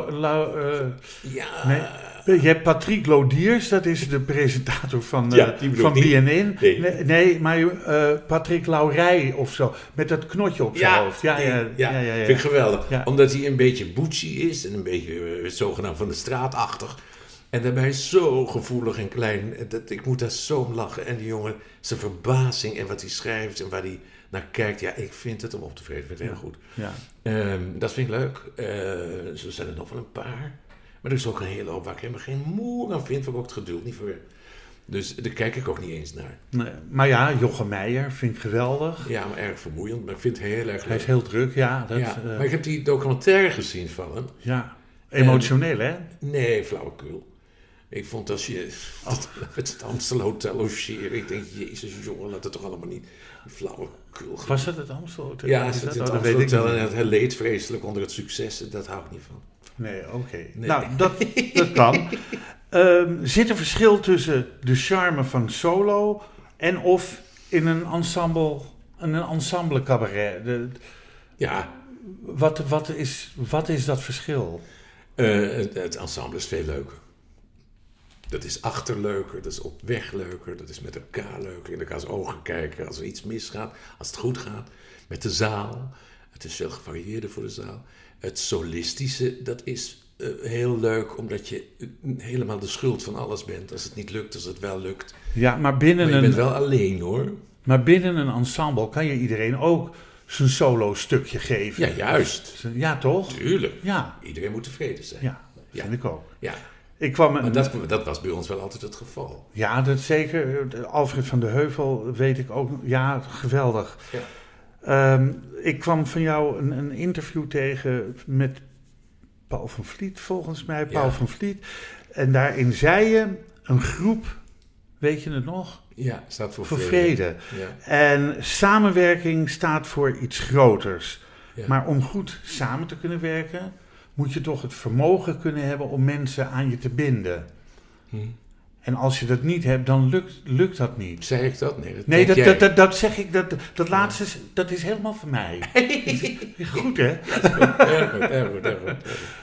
ja. Nee, je hebt Patrick Lodiers, dat is de presentator van BNN. Nee, maar Patrick Laurij of zo, met dat knotje op zijn hoofd. Ja. Vind ik geweldig. Ja. Omdat hij een beetje butchy is en een beetje zogenaamd van de straatachtig. En daarbij zo gevoelig en klein. Ik moet daar zo om lachen. En die jongen, zijn verbazing en wat hij schrijft en waar hij naar kijkt. Ja, ik vind het om op te vreden. Ik vind het heel goed. Ja. Dat vind ik leuk. Zo zijn er nog wel een paar. Maar er is ook een hele hoop waar ik helemaal geen moer aan vind. Waar ik ook het geduld niet voor heb. Dus daar kijk ik ook niet eens naar. Nee, maar ja, Jochem Meijer vind ik geweldig. Ja, maar erg vermoeiend. Maar ik vind het heel erg leuk. Hij is heel druk, ja. Maar ik heb die documentaire gezien van hem. Ja, emotioneel hè? Nee, flauwekul. Ik vond als je het Amstel Hotel logeren, ik denk, jezus jongen, laat het toch allemaal niet flauwekul. Was het Amstel Hotel? Ja, het Amstel Hotel en hij leed vreselijk onder het succes, dat hou ik niet van. Nee, oké. Nee. Nou, dat kan. Zit er verschil tussen de charme van solo en of in een ensemble cabaret? Ja. Wat is dat verschil? Het ensemble is veel leuker. Dat is achterleuker, dat is op weg leuker, dat is met elkaar leuker. In elkaars ogen kijken als er iets misgaat, als het goed gaat. Met de zaal, het is veel gevarieerder voor de zaal. Het solistische, dat is heel leuk, omdat je helemaal de schuld van alles bent. Als het niet lukt, als het wel lukt. Ja, maar je bent wel alleen hoor. Maar binnen een ensemble kan je iedereen ook zijn solo stukje geven. Ja, juist. Ja, toch? Tuurlijk. Ja. Iedereen moet tevreden zijn. Ja, vind ik ook. Ja. Maar dat was bij ons wel altijd het geval. Ja, dat zeker. Alfred van de Heuvel weet ik ook. Ja, geweldig. Ja. Ik kwam van jou een interview tegen met Paul van Vliet, volgens mij. Paul van Vliet. En daarin zei je een groep, weet je het nog? Ja, staat voor vrede. Ja. En samenwerking staat voor iets groters. Ja. Maar om goed samen te kunnen werken, moet je toch het vermogen kunnen hebben om mensen aan je te binden. En als je dat niet hebt, dan lukt dat niet. Zeg ik dat? Nee, dat zeg ik. Dat laatste, dat is helemaal van mij. Goed, hè? Erg goed.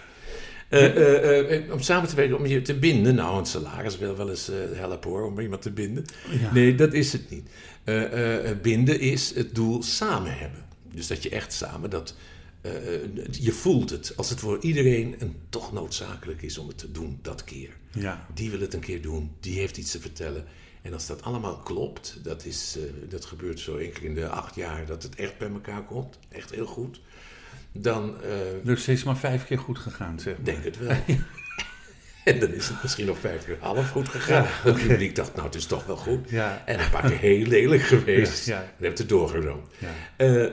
Om samen te werken, om je te binden. Nou, een salaris wil wel eens helpen hoor, om iemand te binden. Ja. Nee, dat is het niet. Binden is het doel samen hebben. Dus dat je echt samen je voelt het, als het voor iedereen toch noodzakelijk is om het te doen, dat keer. Ja. Die wil het een keer doen, die heeft iets te vertellen. En als dat allemaal klopt, dat gebeurt zo 1 keer in de 8 jaar, dat het echt bij elkaar komt, echt heel goed, dan... Dus steeds maar 5 keer goed gegaan, zeg maar. Denk het wel. En dan is het misschien nog 5 keer half goed gegaan. Ja, okay. Het publiek dacht, nou, het is toch wel goed. Ja. En een paar keer heel lelijk geweest. Ja. Dan heb je het doorgenomen. Ja.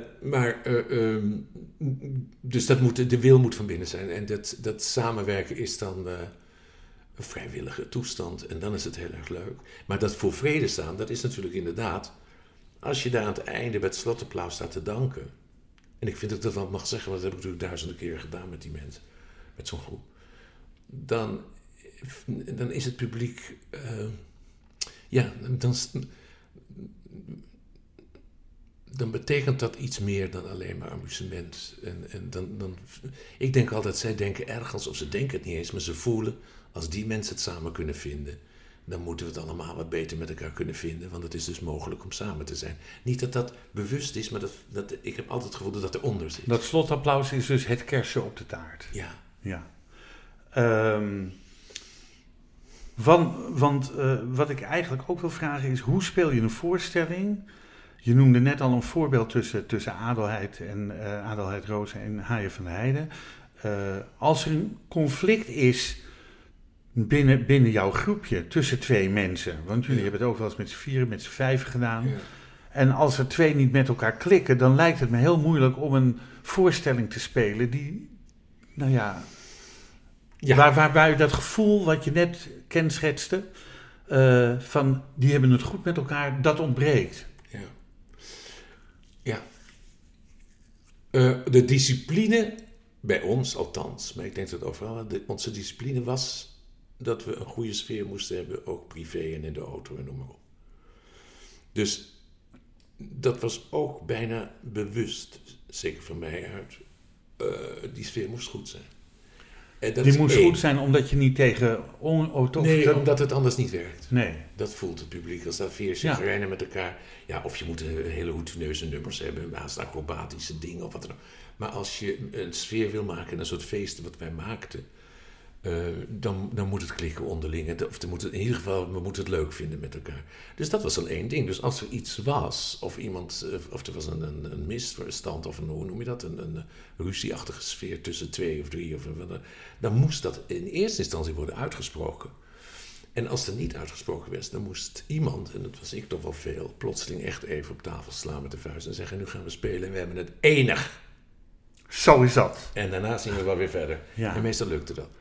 Dus de wil moet van binnen zijn. En dat samenwerken is dan een vrijwillige toestand. En dan is het heel erg leuk. Maar dat voor vrede staan, dat is natuurlijk inderdaad... Als je daar aan het einde bij het slotapplaus staat te danken... En ik vind dat ik dat wel mag zeggen, want dat heb ik natuurlijk duizenden keren gedaan met die mensen. Met zo'n groep. Dan is het publiek... Dan betekent dat iets meer dan alleen maar amusement. En dan, ik denk altijd, zij denken ergens, of ze denken het niet eens, maar ze voelen, als die mensen het samen kunnen vinden, dan moeten we het allemaal wat beter met elkaar kunnen vinden, want het is dus mogelijk om samen te zijn. Niet dat dat bewust is, maar ik heb altijd het gevoel dat dat eronder zit. Dat slotapplaus is dus het kersen op de taart. Ja. Want wat ik eigenlijk ook wil vragen is, hoe speel je een voorstelling? Je noemde net al een voorbeeld tussen Adelheid Rozen en Haaien van der Heijden. Als er een conflict is binnen jouw groepje tussen 2 mensen, want jullie hebben het ook wel eens met z'n 4, met z'n 5 gedaan. En als er twee niet met elkaar klikken, dan lijkt het me heel moeilijk om een voorstelling te spelen die, waar dat gevoel wat je net kenschetste, van die hebben het goed met elkaar, dat ontbreekt. Ja. De discipline, bij ons althans, maar ik denk dat overal, onze discipline was dat we een goede sfeer moesten hebben, ook privé en in de auto en noem maar op. Dus dat was ook bijna bewust, zeker van mij uit, die sfeer moest goed zijn. Die moest goed zijn omdat je niet tegen... omdat het anders niet werkt. Nee. Dat voelt het publiek als dat vier chagrijnen met elkaar. Ja, of je moet hele routineuze nummers hebben, naast acrobatische dingen of wat dan ook. Maar als je een sfeer wil maken, een soort feest wat wij maakten, dan moet het klikken onderling. Of in ieder geval, we moeten het leuk vinden met elkaar. Dus dat was al één ding. Dus als er iets was, of er was een misverstand, of hoe noem je dat, een ruzieachtige sfeer tussen 2 of 3, dan moest dat in eerste instantie worden uitgesproken. En als er niet uitgesproken werd, dan moest iemand, en dat was ik toch wel veel, plotseling echt even op tafel slaan met de vuist en zeggen, nu gaan we spelen en we hebben het enig. Zo is dat. En daarna zien we wel weer verder. Ja. En meestal lukte dat.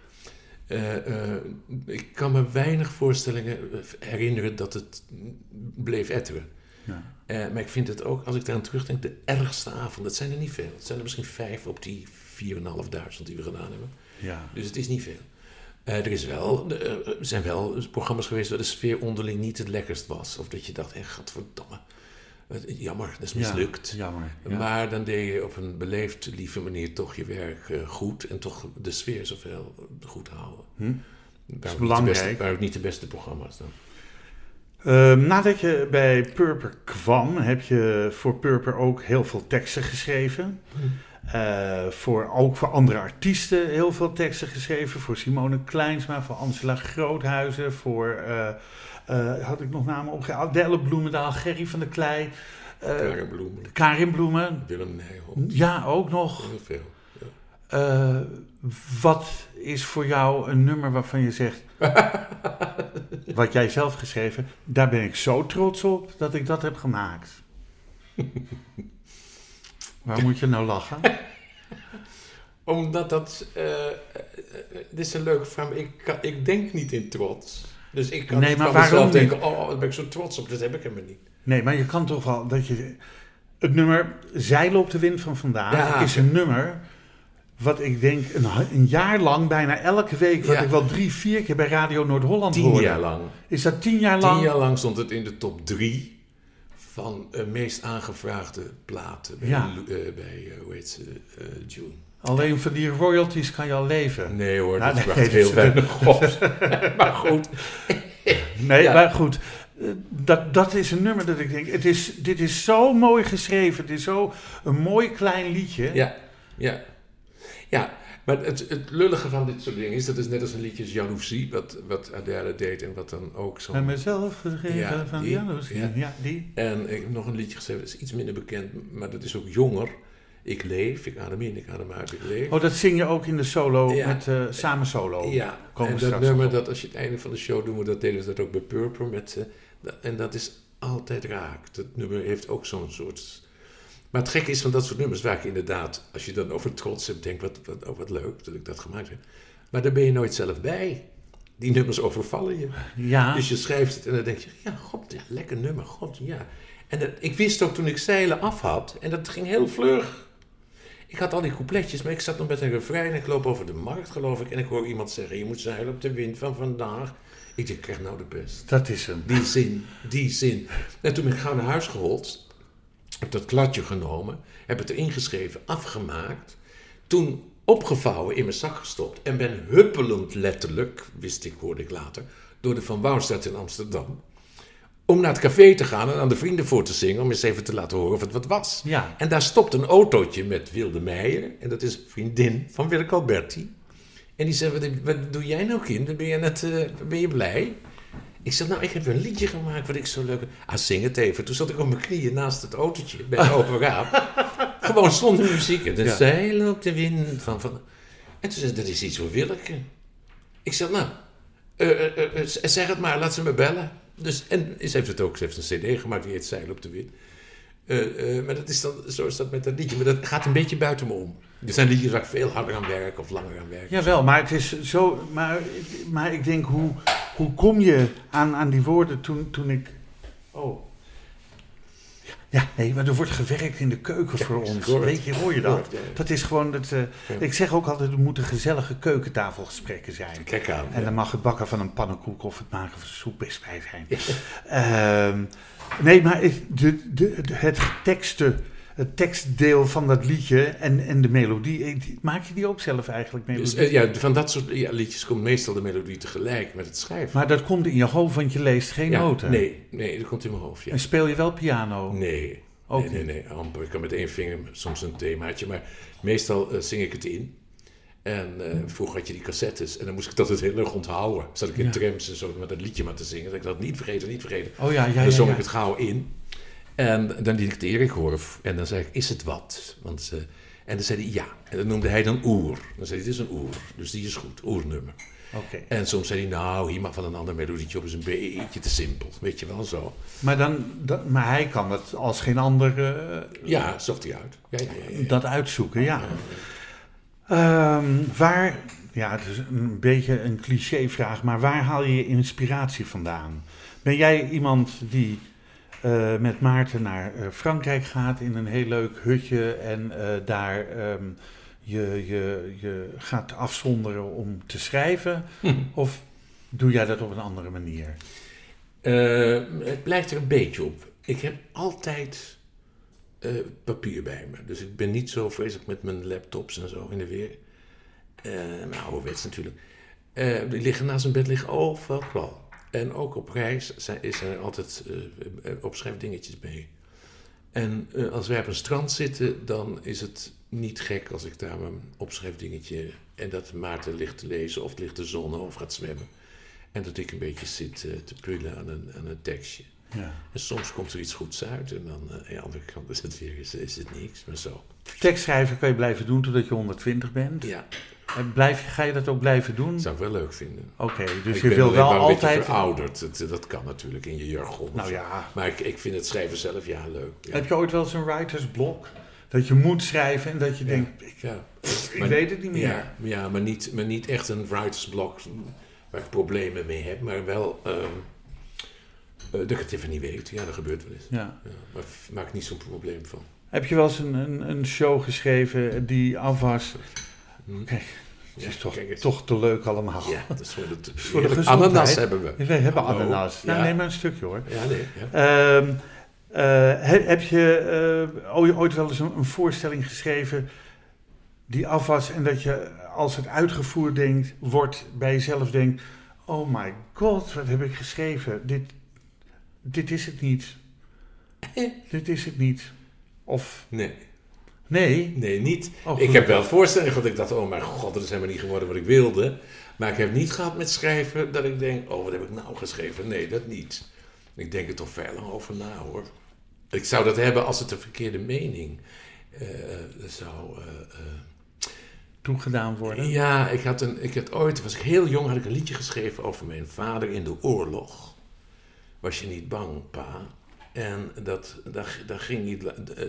Ik kan me weinig voorstellingen herinneren dat het bleef etteren. Ja. Maar ik vind het ook, als ik daaraan terugdenk, de ergste avond. Dat zijn er niet veel. Het zijn er misschien 5 op die 4.500 die we gedaan hebben. Ja. Dus het is niet veel. Er zijn wel programma's geweest waar de sfeer onderling niet het lekkerst was. Of dat je dacht, gadverdamme, jammer, dat is mislukt. Ja, jammer. Ja. Maar dan deed je op een beleefd, lieve manier toch je werk goed. En toch de sfeer zoveel goed houden. Dat is belangrijk. Waren ook niet de beste programma's dan. Nadat je bij Purper kwam, heb je voor Purper ook heel veel teksten geschreven. Ook voor andere artiesten heel veel teksten geschreven. Voor Simone Kleinsma, voor Angela Groothuizen, voor... had ik nog namen opgegeven? Delle Bloemendaal, Gerry van der Klei. Karin Bloemen. Willem Nijholt. Ja, ook nog. Heel veel. Ja. Wat is voor jou een nummer waarvan je zegt... wat jij zelf geschreven, daar ben ik zo trots op dat ik dat heb gemaakt. Waar moet je nou lachen? Omdat dat... dit is een leuke vraag. Ik denk niet in trots. Dus ik kan niet van mezelf denken... daar ben ik zo trots op. Dat heb ik helemaal niet. Nee, maar je kan toch wel... dat je het nummer Zeilen op de wind van vandaag is een nummer... wat ik denk een jaar lang, bijna elke week... wat ik wel 3-4 keer bij Radio Noord-Holland hoorde. 10 jaar lang. Is dat 10 jaar lang? 10 jaar lang stond het in de top 3... van meest aangevraagde platen bij hoe heet ze, June. Alleen van die royalties kan je al leven. Nee hoor, dat vraagt heel weinig op. Maar goed. Maar goed. Dat is een nummer dat ik denk, dit is zo mooi geschreven. Het is zo een mooi klein liedje. Ja, maar het lullige van dit soort dingen is, dat is net als een liedje als Jaloezie, wat Adele deed en wat dan ook zo... En mezelf vergeven van jaloezie. Ja, die. En ik heb nog een liedje geschreven, dat is iets minder bekend, maar dat is ook jonger. Ik leef, ik adem in, ik adem uit, ik leef. Oh, dat zing je ook in de solo, met samen solo. Ja, en dat nummer, dat als je het einde van de show doet, dat deden ze dat ook bij Purper. En dat is altijd raak. Dat nummer heeft ook zo'n soort... Maar het gekke is van dat soort nummers waar ik inderdaad, als je dan over trots hebt, denk wat leuk dat ik dat gemaakt heb. Maar daar ben je nooit zelf bij. Die nummers overvallen je. Ja. Dus je schrijft het en dan denk je, lekker nummer, ja. En ik wist ook toen ik Zeilen af had, en dat ging heel vlug. Ik had al die coupletjes, maar ik zat nog met een refrein en ik loop over de markt, geloof ik. En ik hoor iemand zeggen, je moet zeilen op de wind van vandaag. Ik denk, ik krijg nou de pest. Dat is hem. Die zin. En toen ben ik gauw naar huis gehold. Heb dat kladje genomen, heb het erin geschreven, afgemaakt. Toen opgevouwen in mijn zak gestopt. En ben huppelend letterlijk, hoorde ik later, door de Van Wouwstraat in Amsterdam. Om naar het café te gaan en aan de vrienden voor te zingen. Om eens even te laten horen of het wat was. Ja. En daar stopt een autootje met Wilde Meijer. En dat is een vriendin van Willeke Alberti. En die zei, wat doe jij nou kind? Ben je blij? Ik zei, ik heb een liedje gemaakt wat ik zo leuk... zing het even. Toen zat ik op mijn knieën naast het autootje bij de open raam. Gewoon zonder muziek. En de zeilen op de wind van... En toen zei dat is iets voor Willeke. Ik zei, zeg het maar, laat ze me bellen. Dus, en ze heeft het ook, ze heeft een cd gemaakt, die heet Zeilen op de wind. Maar dat is dan, zo is dat met dat liedje. Maar dat gaat een beetje buiten me om. Er zijn liedjes waar ik veel harder aan werk of langer aan werk. Jawel, maar het is zo. Maar ik denk, hoe kom je aan die woorden toen ik. Oh. Ja, nee, maar er wordt gewerkt in de keuken voor ons. Weet je, hoor je dat? Dat is gewoon. Ik zeg ook altijd, er moeten gezellige keukentafelgesprekken zijn. Kijk aan. En dan mag het bakken van een pannenkoek of het maken van soep best bij zijn. Ja. Nee, maar het tekstdeel van dat liedje en de melodie, maak je die ook zelf eigenlijk? Dus, van dat soort liedjes komt meestal de melodie tegelijk met het schrijven. Maar dat komt in je hoofd, want je leest geen noten. Nee, dat komt in mijn hoofd, ja. En speel je wel piano? Nee. Nee, amper. Ik kan met één vinger soms een themaatje, maar meestal zing ik het in. En vroeger had je die cassettes en dan moest ik dat het heel erg onthouden. Zat ik in trams en zo met dat liedje maar te zingen. Dat ik dat niet vergeten. Oh ja. Dan zong ik het gauw in. En dan liet ik het Erik horen. En dan zei ik, is het wat? En dan zei hij ja. En dat noemde hij dan oer. Dan zei hij, dit is een oer. Dus die is goed, oernummer. Okay. En soms zei hij, nou, hier mag wel een ander melodietje op, is een beetje te simpel. Weet je wel zo. Maar hij kan het als geen ander... ja, zocht hij uit. Ja. Dat uitzoeken, ja. Het is een beetje een clichévraag, maar waar haal je je inspiratie vandaan? Ben jij iemand die met Maarten naar Frankrijk gaat in een heel leuk hutje en daar je gaat afzonderen om te schrijven? Of doe jij dat op een andere manier? Het blijft er een beetje op. Ik heb altijd papier bij me. Dus ik ben niet zo vreselijk met mijn laptops en zo in de weer. Ouderwets natuurlijk. Die liggen naast een bed, liggen overal. En ook op reis is er altijd opschrijfdingetjes mee. En als wij op een strand zitten, dan is het niet gek als ik daar mijn opschrijfdingetje en dat Maarten ligt te lezen of ligt te zonnen of gaat zwemmen. En dat ik een beetje zit te prullen aan een tekstje. Ja. En soms komt er iets goeds uit en dan aan de andere kant is het weer is het niks, maar zo. Tekstschrijven kan je blijven doen totdat je 120 bent? Ja. Ga je dat ook blijven doen? Dat zou ik wel leuk vinden. Oké, dus je wil wel altijd... Ik ben een beetje verouderd. Dat kan natuurlijk in je jargon. Nou ja. Maar ik vind het schrijven zelf leuk. Ja. Heb je ooit wel eens een writersblok? Dat je moet schrijven en dat je denkt... Ik weet het niet meer. Ja, maar niet echt een writersblok waar ik problemen mee heb. Maar wel dat ik het even niet weet. Ja, dat gebeurt wel eens. Ja. Maar maak ik niet zo'n probleem van. Heb je wel eens een show geschreven die af was... Kijk, het is toch te leuk allemaal. Ja, dat is voor de gezondheid. Ananas hebben we. We hebben ananas. Nou, neem maar een stukje hoor. Ja, nee. Ja. Heb je ooit wel eens een voorstelling geschreven die af was en dat je als het uitgevoerd wordt bij jezelf denkt, oh my god, wat heb ik geschreven? Dit is het niet. Dit is het niet. Of... Nee, niet. Ik heb wel voorstellingen dat ik dacht, oh mijn god, dat is helemaal niet geworden wat ik wilde. Maar ik heb niet gehad met schrijven dat ik denk, oh wat heb ik nou geschreven? Nee, dat niet. Ik denk er toch veel lang over na hoor. Ik zou dat hebben als het een verkeerde mening zou... toegedaan worden? Ja, ik had ooit, was ik heel jong, had ik een liedje geschreven over mijn vader in de oorlog. Was je niet bang, pa? En dat ging niet...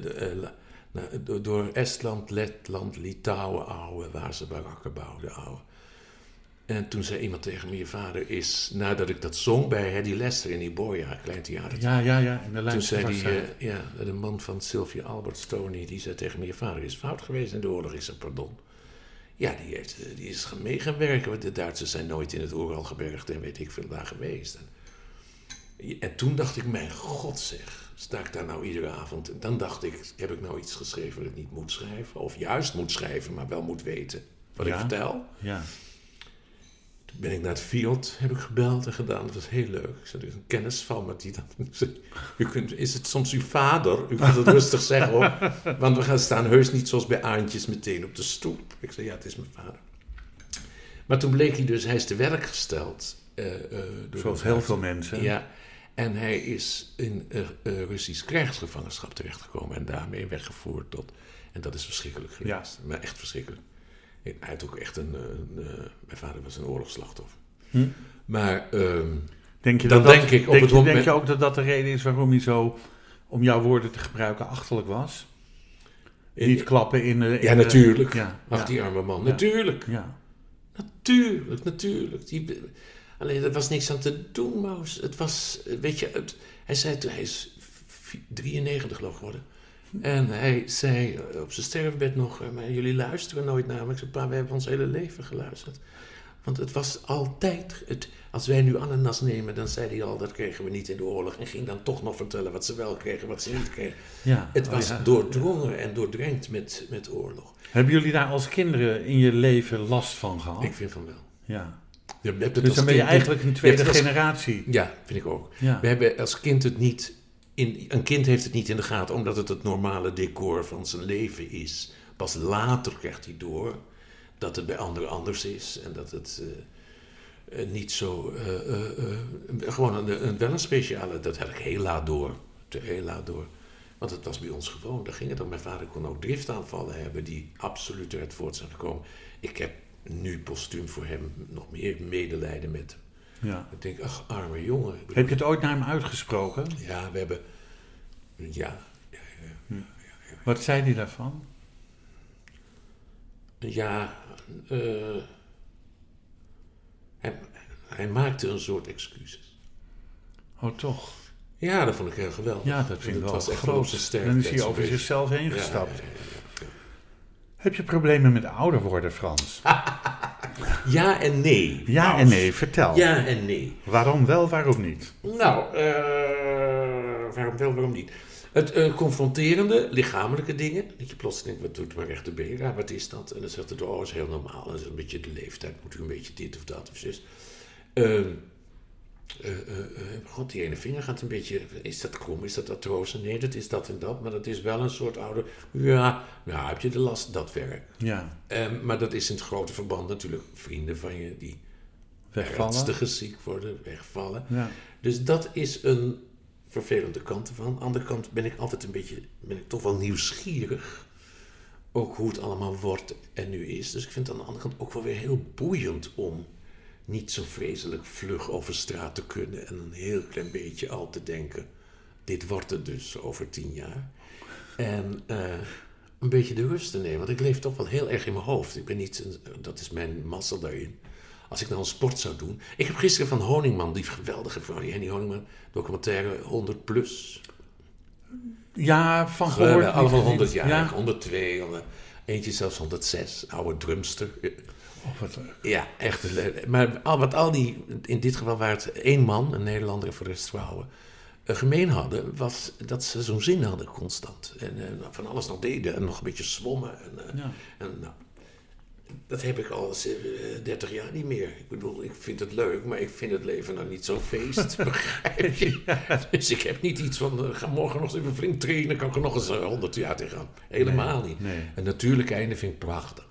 door Estland, Letland, Litouwen, waar ze barakken bouwden, En toen zei iemand tegen me, je vader is, nadat ik dat zong bij Hedy Lester in Iboria, klein theater. Ja, in de lijn. Toen zei hij, de man van Sylvia Albert Tony, die zei tegen me, je vader is fout geweest in de oorlog, is er pardon. Ja, die is mee gaan werken, want de Duitsers zijn nooit in het Oeralgebergte en weet ik veel daar geweest. En toen dacht ik, mijn god zeg, sta ik daar nou iedere avond? En dan dacht ik, heb ik nou iets geschreven wat ik niet moet schrijven? Of juist moet schrijven, maar wel moet weten wat ik vertel? Ja. Toen ben ik naar het Fiat, heb ik gebeld en gedaan. Dat was heel leuk. Ik zei, er is een kennis van me die dat... Is het soms uw vader? U kunt het rustig zeggen hoor. Want we gaan staan heus niet zoals bij Aantjes meteen op de stoep. Ik zei, ja, het is mijn vader. Maar toen bleek hij is te werk gesteld. Zoals heel veel mensen. Ja. En hij is in Russisch krijgsgevangenschap terechtgekomen en daarmee weggevoerd tot... En dat is verschrikkelijk geweest. Ja. Maar echt verschrikkelijk. Hij had ook echt mijn vader was een oorlogsslachtoffer. Maar denk je ook dat dat de reden is waarom hij zo om jouw woorden te gebruiken, achterlijk was? Niet klappen in de... Ja, natuurlijk. Ach, die arme man. Ja. Natuurlijk. Ja. Natuurlijk. Alleen, er was niks aan te doen, Maus. Het was, weet je, hij zei toen, hij is 93 geloof geworden. En hij zei op zijn sterfbed nog, maar jullie luisteren nooit naar me. Ik zei, pa, we hebben ons hele leven geluisterd. Want het was altijd, als wij nu ananas nemen, dan zei hij al, dat kregen we niet in de oorlog. En ging dan toch nog vertellen wat ze wel kregen, wat ze niet kregen. Ja. Het was doordrongen en doordrenkt met oorlog. Hebben jullie daar als kinderen in je leven last van gehad? Ik vind van wel. Ja. Dus dan ben je eigenlijk een tweede generatie. Ja, vind ik ook. Ja. We hebben als kind het niet... Een kind heeft het niet in de gaten, omdat het normale decor van zijn leven is. Pas later krijgt hij door dat het bij anderen anders is. En dat het niet zo... gewoon wel een speciale... Dat had ik heel laat door. Heel laat door. Want het was bij ons gewoon. Daar ging het om. Mijn vader kon ook driftaanvallen hebben die absoluut eruit voort zijn gekomen. Ik heb nu postuum voor hem nog meer medelijden met hem. Ja. Ik denk, ach, arme jongen. Heb je het ooit naar hem uitgesproken? Ja, we hebben... Ja. Wat zei hij daarvan? Ja, hij maakte een soort excuses. Oh, toch? Ja, dat vond ik heel geweldig. Ja, dat vind ik wel was echt groot. op zijn sterk. Dan is hij over zichzelf heen gestapt. Ja. Heb je problemen met ouder worden, Frans? Ja en nee. Ja en nee, vertel. Ja en nee. Waarom wel, waarom niet? Nou, waarom wel, waarom niet? Het confronterende, lichamelijke dingen. Dat je plots denkt, wat doet mijn rechterbeen? Ja, wat is dat? En dan zegt het, is heel normaal. Dat is een beetje de leeftijd. Moet u een beetje dit of dat of zus. God, die ene vinger gaat een beetje... Is dat krom? Is dat artrose? Nee, dat is dat en dat. Maar dat is wel een soort oude... Ja, nou heb je de last, dat werk. Ja. Maar dat is in het grote verband natuurlijk vrienden van je die Wegvallen. ernstig ziek worden, wegvallen. Ja. Dus dat is een vervelende kant ervan. Aan de andere kant ben ik altijd ben ik toch wel nieuwsgierig. Ook hoe het allemaal wordt en nu is. Dus ik vind het aan de andere kant ook wel weer heel boeiend om niet zo vreselijk vlug over straat te kunnen en een heel klein beetje al te denken, dit wordt het dus over 10 jaar. En een beetje de rust te nemen, want ik leef toch wel heel erg in mijn hoofd. Ik ben niet, dat is mijn mazzel daarin. Als ik nou een sport zou doen... Ik heb gisteren van Honingman, die geweldige vrouw, die Henny Honingman, documentaire 100 plus. Ja, van gehoord. Allemaal 100 jaar, Ja. 102, eentje zelfs 106, oude drumster. Oh, wat leuk. Ja, echt. Maar wat al die, in dit geval waren het 1 man, een Nederlander en voor de rest vrouwen, gemeen hadden, was dat ze zo'n zin hadden constant. En van alles nog deden en nog een beetje zwommen. En nou, dat heb ik al 30 jaar niet meer. Ik bedoel, ik vind het leuk, maar ik vind het leven nou niet zo'n feest. Begrijp je? Ja. Dus ik heb niet iets van, ga morgen nog eens even flink trainen, kan ik er nog eens 100 jaar tegen gaan. Helemaal niet. Nee. Een natuurlijk einde vind ik prachtig.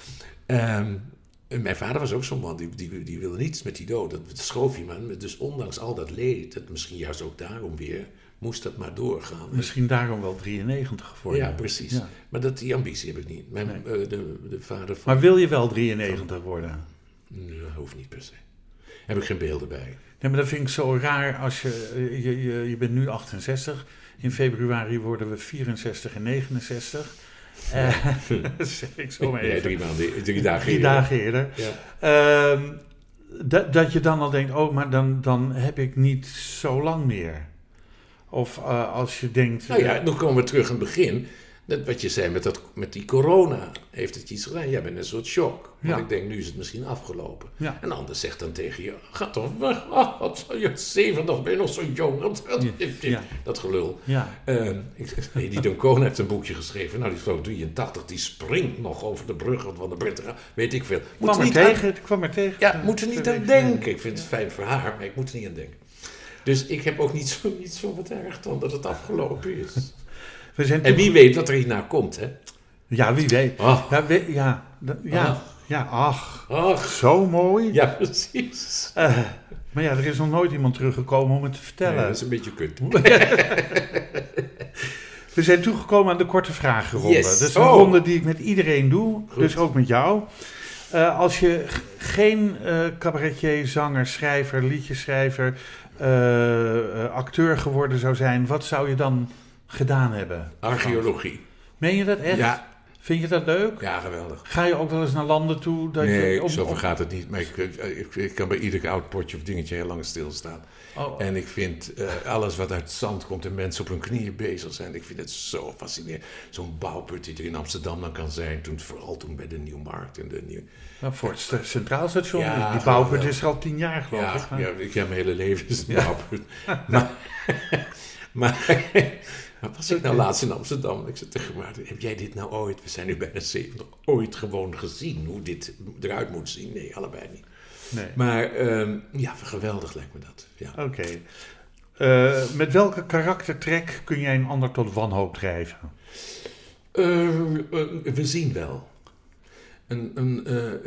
Mijn vader was ook zo'n man, die wilde niets met die dood. Dat schoof hij maar. Dus ondanks al dat leed, dat misschien juist ook daarom weer, moest dat maar doorgaan. Misschien daarom wel 93 geworden. Ja, precies. Ja. Maar die ambitie heb ik niet. De vader van... Maar wil je wel 93 worden? Nee, dat hoeft niet per se. Heb ik geen beelden bij. Nee, maar dat vind ik zo raar als je bent nu 68. In februari worden we 64 en 69. Dat zeg ik zo maar even. Ja, 3 dagen eerder. 3 dagen eerder. Ja. Dat je dan al denkt, maar dan heb ik niet zo lang meer. Of als je denkt... Nou ja, dan komen we terug aan het begin. Dat wat je zei met die corona, heeft het iets gedaan. Jij bent een soort shock. Want ik denk, nu is het misschien afgelopen. Ja. En de ander zegt dan tegen je, ga toch weg. Je 70, ben je nog zo jong. Dat gelul. Ja. Ik zeg, nee, die Don Cohn heeft een boekje geschreven. Nou, die is geloof 83, die springt nog over de brug van de Britten. Weet ik veel. Ik kwam er tegen. Ja, moet er niet aan denken. Ik vind het fijn voor haar, maar ik moet er niet aan denken. Dus ik heb ook niet zo wat erg dan dat het afgelopen is. En wie weet wat er hierna komt, hè? Ja, wie weet. Ach. Ach, zo mooi. Ja, precies. Maar ja, er is nog nooit iemand teruggekomen om het te vertellen. Nee, dat is een beetje kut. We zijn toegekomen aan de korte vragenronde. Yes. Dat is een ronde die ik met iedereen doe, goed. Dus ook met jou. Als je geen cabaretier, zanger, schrijver, liedjeschrijver, acteur geworden zou zijn, wat zou je dan gedaan hebben? Archeologie. Meen je dat echt? Ja. Vind je dat leuk? Ja, geweldig. Ga je ook wel eens naar landen toe? Nee, zover gaat het niet. Maar ik kan bij ieder oud potje of dingetje heel lang stilstaan. Oh. En ik vind alles wat uit zand komt en mensen op hun knieën bezig zijn, ik vind het zo fascinerend. Zo'n bouwput die er in Amsterdam dan kan zijn, vooral toen bij de Nieuwmarkt. En voor het Centraal Station. Ja, die bouwput is er al 10 jaar, geloof ik. Ja, ik heb mijn hele leven is een bouwput. Maar was ik nou laatst in Amsterdam? Ik zei tegen Maarten, heb jij dit nou ooit, we zijn nu bijna 70, ooit gewoon gezien? Hoe dit eruit moet zien? Nee, allebei niet. Nee. Maar geweldig lijkt me dat. Ja. Oké. Met welke karaktertrek kun jij een ander tot wanhoop drijven? We zien wel. Een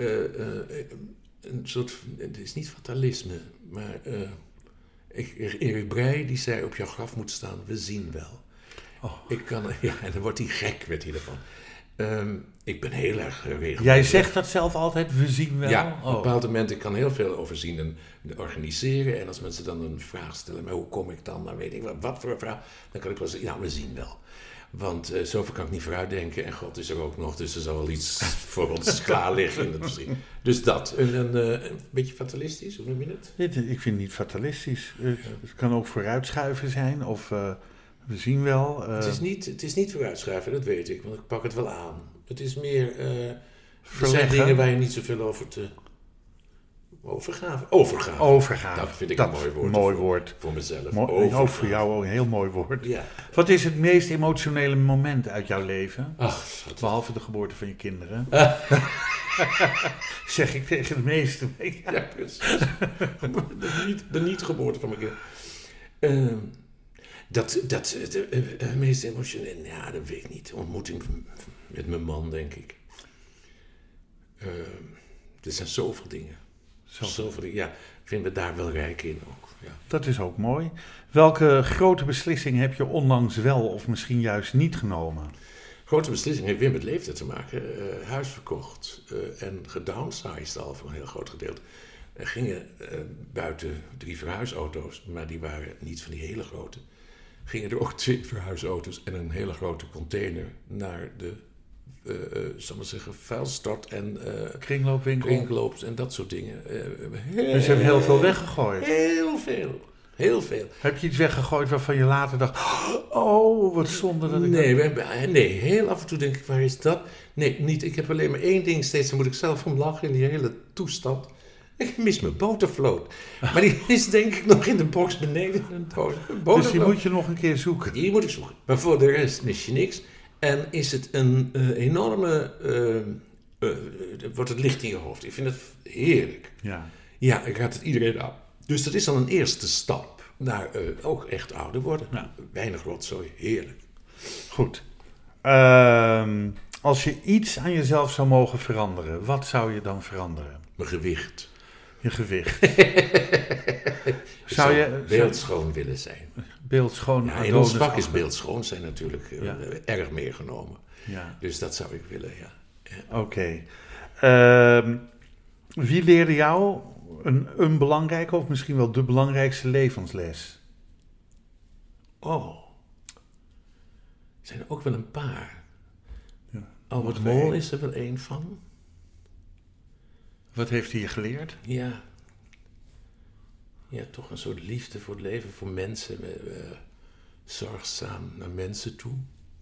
soort, het is niet fatalisme, maar Erik Breij die zei op jouw graf moet staan, we zien wel. Oh. En dan wordt hij gek, werd hij ervan. Ik ben heel erg regelmatig. Jij zegt dat zelf altijd, we zien wel? Ja, op een bepaald moment, ik kan heel veel overzien en organiseren. En als mensen dan een vraag stellen, maar hoe kom ik dan? Dan weet ik wat voor een vraag. Dan kan ik wel zeggen, we zien wel. Want zoveel kan ik niet vooruitdenken. En God is er ook nog, dus er zal wel iets voor ons klaar liggen in het misschien. Dus dat. Een beetje fatalistisch, hoe noem je het? Ik vind het niet fatalistisch. Het kan ook vooruitschuiven zijn, of we zien wel. Het is niet vooruitschuiven, dat weet ik, want ik pak het wel aan. Het is meer, er verleggen. zijn dingen waar je niet zoveel over te... Overgave. Dat vind ik een mooi woord. Voor mezelf. Ook voor jou ook een heel mooi woord. Ja. Wat is het meest emotionele moment uit jouw leven? Ach, behalve de geboorte van je kinderen. Zeg ik tegen de meeste. Ja, precies. de niet-geboorte van mijn kinderen. Het meest emotionele, dat weet ik niet. Ontmoeting met mijn man, denk ik. Er zijn zoveel dingen. Zoveel dingen. Ja, ik vind me daar wel rijk in ook. Ja. Dat is ook mooi. Welke grote beslissing heb je onlangs wel of misschien juist niet genomen? Grote beslissing heeft weer met leeftijd te maken. Huis verkocht en gedownsized al voor een heel groot gedeelte. Er gingen buiten 3 verhuisauto's, maar die waren niet van die hele grote. Gingen er ook 2 verhuisauto's en een hele grote container naar de, zal maar zeggen, vuilstort en kringloopwinkel. Kringloops en dat soort dingen. Dus je hebt heel veel weggegooid. Heel veel. Heb je iets weggegooid waarvan je later dacht, oh, wat zonde dat ik... Nee, heel af en toe denk ik, waar is dat? Nee, niet. Ik heb alleen maar 1 ding steeds, daar moet ik zelf om lachen in die hele toestand. Ik mis mijn botervloot. Maar die is denk ik nog in de box beneden. Dus die moet je nog een keer zoeken? Die moet ik zoeken. Maar voor de rest mis je niks. En is het een enorme... wordt het licht in je hoofd. Ik vind het heerlijk. Ja, ik raad het iedereen aan. Dus dat is dan een eerste stap naar ook echt ouder worden. Ja. Weinig rotzooi, heerlijk. Goed. Als je iets aan jezelf zou mogen veranderen, wat zou je dan veranderen? Mijn gewicht. Je gewicht. Zou je beeldschoon willen zijn? Beeldschoon. Ja, in ons vak is beeldschoon zijn natuurlijk erg meegenomen. Ja. Dus dat zou ik willen, ja. Oké. Wie leerde jou een belangrijke of misschien wel de belangrijkste levensles? Oh. Er zijn er ook wel een paar. Ja. Albert Mol is er wel 1 van. Wat heeft hij je geleerd? Ja, toch een soort liefde voor het leven, voor mensen. Zorgzaam naar mensen toe.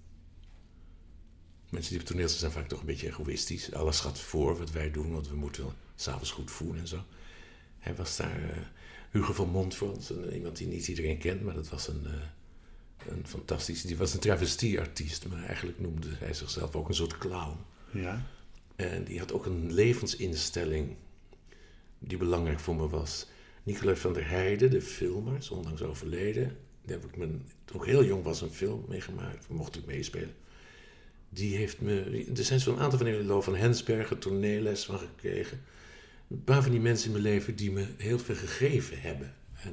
Mensen die op toneel zijn vaak toch een beetje egoïstisch. Alles gaat voor wat wij doen, want we moeten 's avonds goed voelen en zo. Hij was daar Hugo van Montfort, iemand die niet iedereen kent, maar dat was een fantastische... Die was een travestieartiest, maar eigenlijk noemde hij zichzelf ook een soort clown. Ja. En die had ook een levensinstelling die belangrijk voor me was. Nicolai van der Heijden, de filmer, is onlangs overleden. Daar heb ik toen ik heel jong was een film meegemaakt, mocht ik meespelen. Die heeft me... Er zijn zo'n aantal van Lo van Hensbergen toneelles van gekregen. Een paar van die mensen in mijn leven die me heel veel gegeven hebben.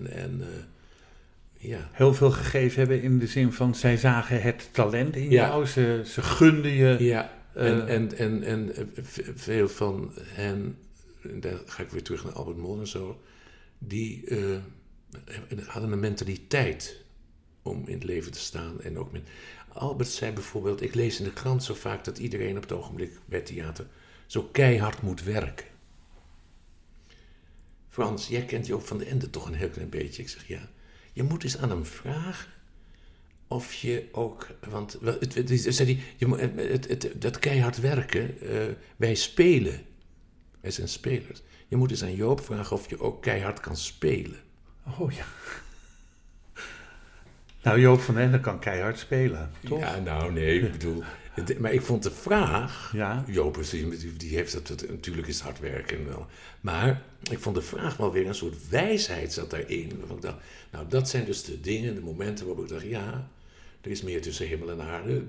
Ja. Heel veel gegeven hebben in de zin van, zij zagen het talent in jou, ze gunden je... Ja, en veel van hen, daar ga ik weer terug naar Albert Mol en zo, die hadden een mentaliteit om in het leven te staan. En ook met Albert zei bijvoorbeeld, ik lees in de krant zo vaak dat iedereen op het ogenblik bij theater zo keihard moet werken. Frans, jij kent Joop van den Ende toch een heel klein beetje. Ik zeg ja, je moet eens aan hem vragen of je ook, want dat keihard werken, wij spelen. Wij zijn spelers. Je moet eens aan Joop vragen of je ook keihard kan spelen. Oh ja. Nou, Joop van den Ende kan keihard spelen, toch? Ja, nou nee, ik bedoel... Maar ik vond de vraag... Ja. Joop, die heeft dat... Natuurlijk is het hard werken wel. Maar ik vond de vraag wel weer een soort wijsheid zat daarin. Waarvan ik dacht, nou dat zijn dus de dingen, de momenten waarop ik dacht... Ja, er is meer tussen hemel en aarde.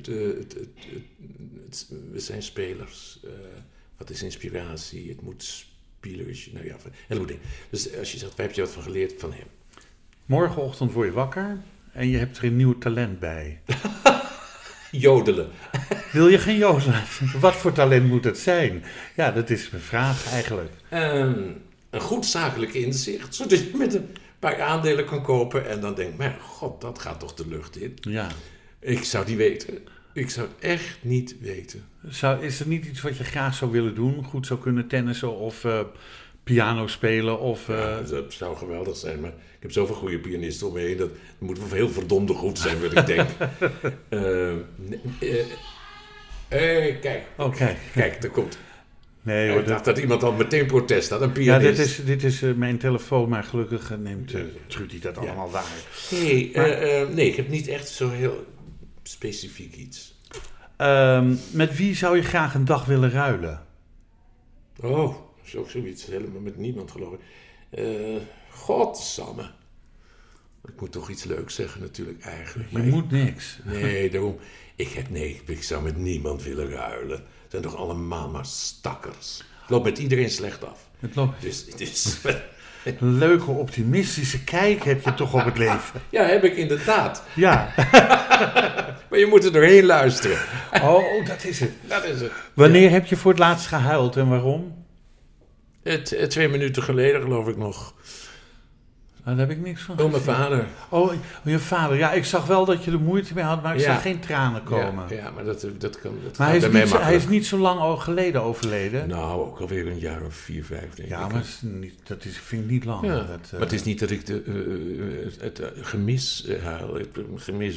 We zijn spelers. Wat is inspiratie? Het moet spielerisch... Nou ja, een heleboel dingen. Dus als je zegt, waar heb je wat van geleerd van hem? Morgenochtend word je wakker en je hebt er een nieuw talent bij. Jodelen. Wil je geen jodelen? Wat voor talent moet het zijn? Ja, dat is mijn vraag eigenlijk. Een goed zakelijk inzicht, zodat je met een paar aandelen kan kopen en dan denkt, mijn god, dat gaat toch de lucht in. Ja. Ik zou die weten. Ik zou het echt niet weten. Is er niet iets wat je graag zou willen doen? Goed zou kunnen tennissen of piano spelen? Of, Ja, dat zou geweldig zijn, maar ik heb zoveel goede pianisten om me heen. Dat moet wel heel verdomde goed zijn, wil ik denken. Kijk. Oh, kijk. Kijk, daar komt... Nee, hoor, ik dacht dat iemand al meteen protest had, een ja, pianist. dit is mijn telefoon, maar gelukkig neemt Trudy dat allemaal waar. Nee, ik heb niet echt zo heel specifiek iets. Met wie zou je graag een dag willen ruilen? Oh, zoiets. Helemaal met niemand, geloof ik. Godsamme. Ik moet toch iets leuks zeggen natuurlijk eigenlijk. Je moet niks. Nee, daarom. Ik zou met niemand willen ruilen. Het zijn toch allemaal maar stakkers. Het loopt met iedereen slecht af. Dus een leuke optimistische kijk heb je toch op het leven. Ja, heb ik inderdaad. Ja. Maar je moet er doorheen luisteren. Oh, dat is het. Dat is het. Wanneer heb je voor het laatst gehuild en waarom? 2 minuten geleden geloof ik nog. Daar heb ik niks van Oh, mijn vader. Oh, je vader. Ja, ik zag wel dat je er moeite mee had, maar ik zag geen tranen komen. Ja, maar dat kan... Maar hij is niet zo lang geleden overleden. Nou, ook alweer een jaar of 4, 5 denk ik. Ja, maar vind ik niet lang. Ja, maar het is niet dat ik het gemis huil. Het gemis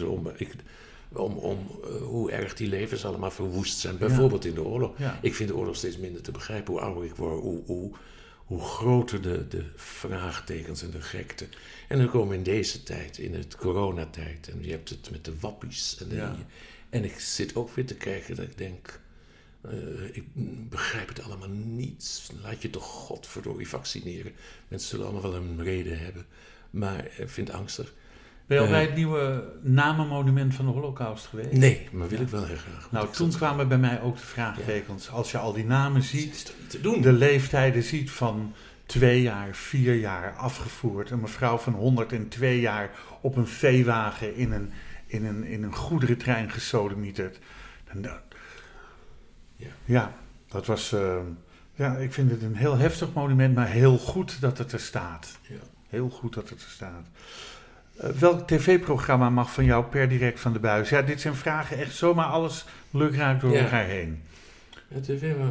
om hoe erg die levens allemaal verwoest zijn. Bijvoorbeeld in de oorlog. Ja. Ik vind de oorlog steeds minder te begrijpen. Hoe ouder ik word, hoe groter de vraagtekens en de gekte. En dan komen we in deze tijd, in het coronatijd. En je hebt het met de wappies. En ik zit ook weer te kijken dat ik denk... ik begrijp het allemaal niet. Laat je toch godverdorie vaccineren. Mensen zullen allemaal wel een reden hebben. Maar ik vind het angstig. Ben je al bij het nieuwe namenmonument van de Holocaust geweest? Nee, maar wil ik wel heel graag. Nou, toen kwamen bij mij ook de vraagtekens. Als je al die namen ziet, is toch niet te doen? De leeftijden ziet van 2 jaar, 4 jaar afgevoerd. Een mevrouw van 102 jaar op een veewagen in een goederentrein gesodemieterd. Ja, dat was... ik vind het een heel heftig monument, maar heel goed dat het er staat. Ja. Heel goed dat het er staat. Welk tv-programma mag van jou per direct van de buis? Ja, dit zijn vragen echt zomaar alles lukraak door elkaar heen. Ja, tv, maar...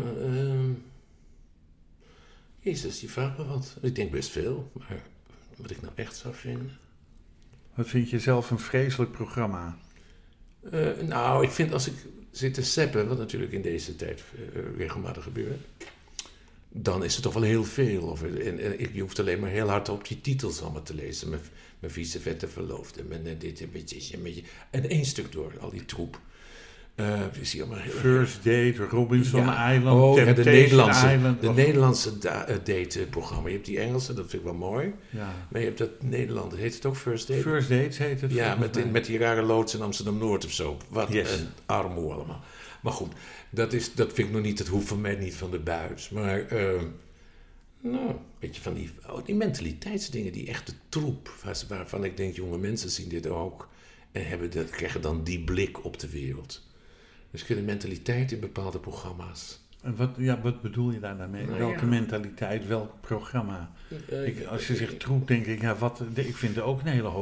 Jezus, die vraagt me wat. Ik denk best veel, maar wat ik nou echt zou vinden... Wat vind je zelf een vreselijk programma? Nou, ik vind als ik zit te seppen, wat natuurlijk in deze tijd regelmatig gebeurt... dan is het toch wel heel veel. Je hoeft alleen maar heel hard op die titels allemaal te lezen. Mijn vieze vette verloofde. Dit een beetje. En 1 stuk door, al die troep. First Date, Robinson Island, oh, Temptation Island. De Nederlandse date-programma. Je hebt die Engelse, dat vind ik wel mooi. Ja. Maar je hebt dat Nederlandse, heet het ook First Date? First Dates heet het. Ja, met die rare loods in Amsterdam-Noord of zo. Wat een armoe allemaal. Maar goed, dat vind ik nog niet, dat hoeft van mij niet van de buis. Maar, een beetje van die mentaliteitsdingen, die echte troep. Waarvan ik denk, jonge mensen zien dit ook. En krijgen dan die blik op de wereld. Dus de mentaliteit in bepaalde programma's. En wat bedoel je daar daarmee? Welke mentaliteit, welk programma? Als je zegt troep, denk ik, ik vind er ook een hele hoop.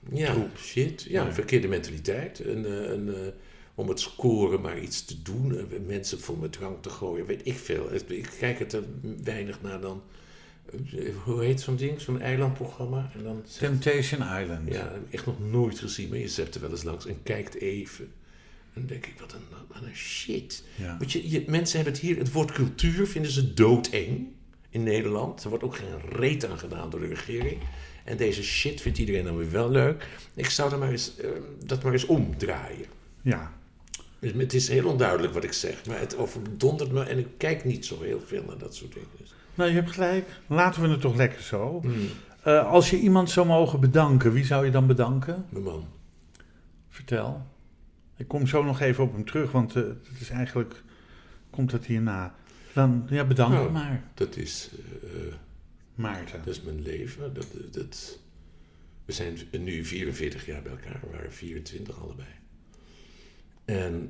troep. Shit. Ja, een verkeerde mentaliteit. Om het scoren maar iets te doen. Mensen vol met drank te gooien. Weet ik veel. Ik kijk het er weinig naar dan. Hoe heet zo'n ding? Zo'n eilandprogramma? En dan Temptation Island. Ja, dat heb ik echt nog nooit gezien. Maar je zet er wel eens langs en kijkt even. En dan denk ik, wat een shit. Ja. Want mensen hebben het hier... Het woord cultuur vinden ze doodeng in Nederland. Er wordt ook geen reet aan gedaan door de regering. En deze shit vindt iedereen dan weer wel leuk. Ik zou dat maar eens omdraaien. Ja. Het is heel onduidelijk wat ik zeg. Maar het overdondert me. En ik kijk niet zo heel veel naar dat soort dingen. Nou, je hebt gelijk. Laten we het toch lekker zo. Als je iemand zou mogen bedanken, wie zou je dan bedanken? Mijn man. Vertel. Ik kom zo nog even op hem terug, want het is eigenlijk... Komt het hierna. Dan, ja, bedank hem maar. Dat is... Maarten. Dat is mijn leven. We zijn nu 44 jaar bij elkaar. We waren 24 allebei. En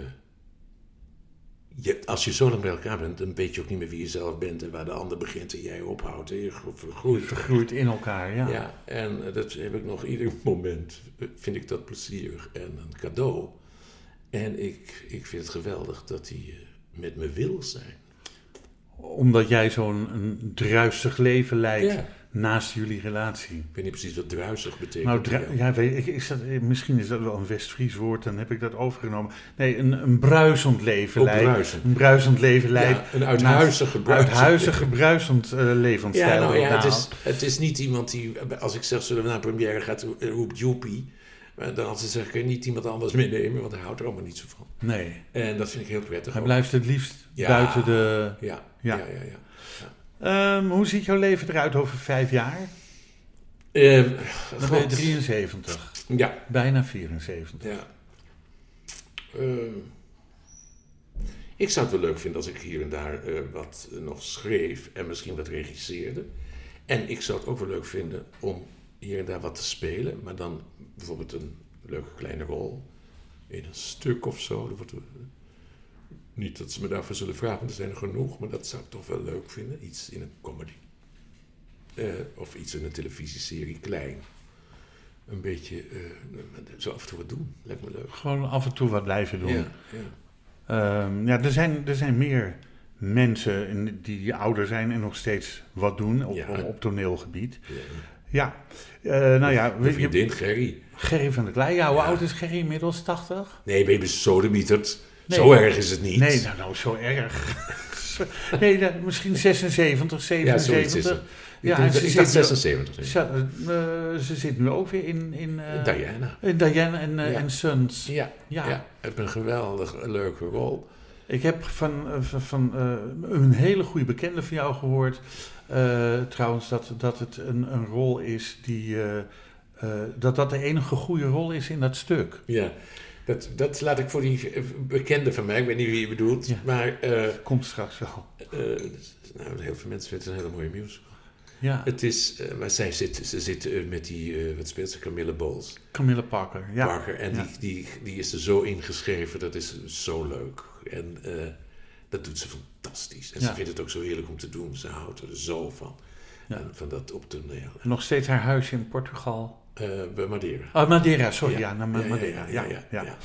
als je zo lang bij elkaar bent, dan weet je ook niet meer wie je zelf bent en waar de ander begint en jij ophoudt. Je vergroeit in elkaar, ja. Ja, en dat heb ik nog ieder moment. Vind ik dat plezierig en een cadeau. En ik vind het geweldig dat hij met me wil zijn. Omdat jij zo'n druisig leven leidt naast jullie relatie. Ik weet niet precies wat druisig betekent. Nou, misschien is dat wel een West-Fries woord, dan heb ik dat overgenomen. Nee, een bruisend leven leidt. Een bruisend leven leidt. Ja, een uithuizig bruisend levensstijl. Ja, nou ja, het is niet iemand die, als ik zeg, zullen we naar première gaat, roept joepie. Maar dan als ze zeggen, kun je niet iemand anders meenemen, want hij houdt er allemaal niet zo van. Nee. En dat vind ik heel prettig. Hij blijft het liefst buiten de... Ja. Hoe ziet jouw leven eruit over 5 jaar? Dan ben je 73. Ja. Bijna 74. Ja. Ik zou het wel leuk vinden als ik hier en daar wat nog schreef en misschien wat regisseerde. En ik zou het ook wel leuk vinden om hier en daar wat te spelen, maar dan bijvoorbeeld een leuke kleine rol in een stuk of zo. Niet dat ze me daarvoor zullen vragen, want er zijn er genoeg, maar dat zou ik toch wel leuk vinden. Iets in een comedy. Of iets in een televisieserie, klein. Een beetje zo af en toe wat doen, lijkt me leuk. Gewoon af en toe wat blijven doen. Ja. Er zijn meer mensen die ouder zijn en nog steeds wat doen op toneelgebied. Ja. Mijn vriendin, Gerry. Gerry van der Klei. Hoe oud is Gerry inmiddels? 80? Nee, ben je besodemieterd? Nee. Zo erg is het niet. Nee, nou zo erg. Nee, misschien 76, 77. Ik dacht 76. Ze zit nu ook weer in Diana. Diana en Sons. Ja, heb een geweldig leuke rol. Ik heb van een hele goede bekende van jou gehoord, trouwens, dat het een rol is die... dat de enige goede rol is in dat stuk. Ja, dat laat ik voor die bekende van mij, ik weet niet wie je bedoelt, maar... Komt straks wel. Heel veel mensen vinden het een hele mooie musical. Ja. Het is, maar ze zit met die, wat speelt ze, Camilla Bowles? Camilla Parker, ja. Parker, en die is er zo ingeschreven, dat is zo leuk. En dat doet ze fantastisch. En ze vindt het ook zo heerlijk om te doen. Ze houdt er zo van. Ja. Van dat op toneel. En nog steeds haar huisje in Portugal. Bij Madeira. Oh, Madeira, sorry. Madeira.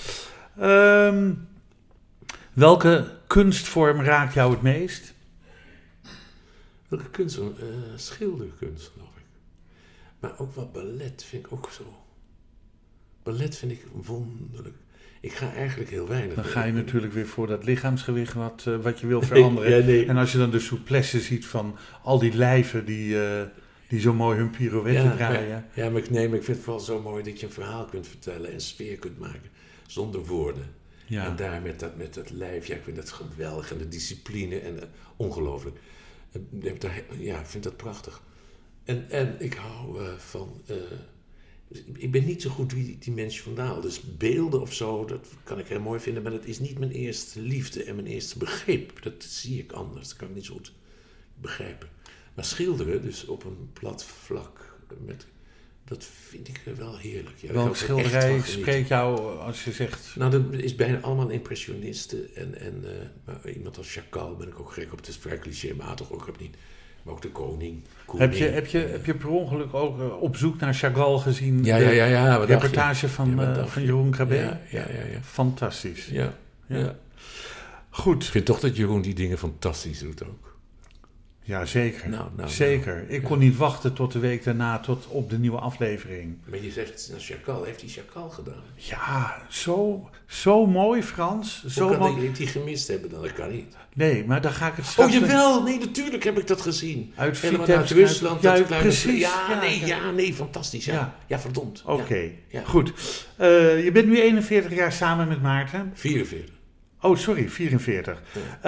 Welke kunstvorm raakt jou het meest? Welke kunstvorm? Schilderkunst, geloof ik. Maar ook wat ballet vind ik ook zo. Ballet vind ik wonderlijk. Ik ga eigenlijk heel weinig. Dan ga je natuurlijk weer voor dat lichaamsgewicht wat je wil veranderen. Nee. En als je dan de souplesse ziet van al die lijven die zo mooi hun pirouetten draaien. Maar ik vind het vooral zo mooi dat je een verhaal kunt vertellen en sfeer kunt maken zonder woorden. Ja. En daar met dat lijf, ik vind dat geweldig. En de discipline en ongelooflijk. Ik vind dat prachtig. En ik hou van... ik ben niet zo goed dimensionaal. Dus beelden of zo, dat kan ik heel mooi vinden. Maar dat is niet mijn eerste liefde en mijn eerste begrip. Dat zie ik anders. Dat kan ik niet zo goed begrijpen. Maar schilderen, dus op een plat vlak, dat vind ik wel heerlijk. Ja, welke schilderij spreekt jou als je zegt... Nou, dat is bijna allemaal impressionisten. Maar iemand als Chagall ben ik ook gek op. Het is vrij clichématig ook. Ik heb niet Maar ook de koning. Heb je per ongeluk ook op zoek naar Chagall gezien? Ja. De reportage van Jeroen Krabbe? Ja. Fantastisch. Ja. Goed. Ik vind toch dat Jeroen die dingen fantastisch doet ook. Ja, zeker. Nou, zeker. Ik kon niet wachten tot de week daarna, tot op de nieuwe aflevering. Maar je zegt, Chagall, heeft hij Chagall gedaan? Ja, zo mooi, Frans. Hoe kan ik die gemist hebben dan? Dat kan niet. Nee, maar dan ga ik het straks... Oh, jawel! Nee, natuurlijk heb ik dat gezien. Uit Rusland. Ja, dat kleine... precies. Nee, fantastisch. Ja, verdomd. Oké, Ja. Goed. Je bent nu 41 jaar samen met Maarten. 44. Oh, sorry, 44.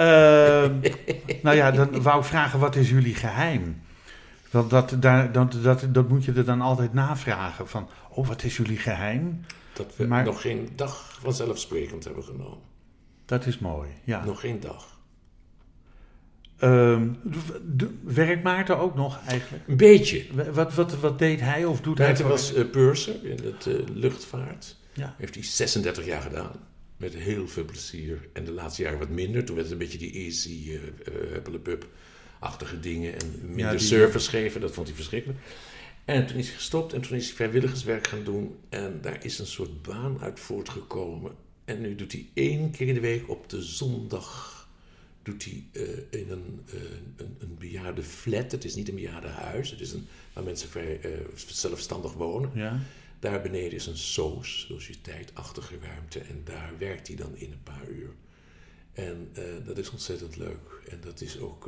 Dan wou ik vragen, wat is jullie geheim? Want dat moet je er dan altijd navragen. Van, wat is jullie geheim? Dat we nog geen dag vanzelfsprekend hebben genomen. Dat is mooi, ja. Nog geen dag. Werkt Maarten ook nog eigenlijk? Een beetje. Wat deed hij of doet Maarten hij? Was purser in de luchtvaart. Ja. Heeft hij 36 jaar gedaan. Met heel veel plezier. En de laatste jaren wat minder. Toen werd het een beetje die easy, huppelepup-achtige dingen. En minder service geven. Dat vond hij verschrikkelijk. En toen is hij gestopt. En toen is hij vrijwilligerswerk gaan doen. En daar is een soort baan uit voortgekomen. En nu doet hij 1 keer in de week op de zondag... doet hij in een bejaardenflat. Het is niet een bejaardenhuis. Het is waar mensen vrij zelfstandig wonen. Ja. Daar beneden is een sociëteitachtige ruimte. En daar werkt hij dan in een paar uur. En dat is ontzettend leuk. En dat is ook...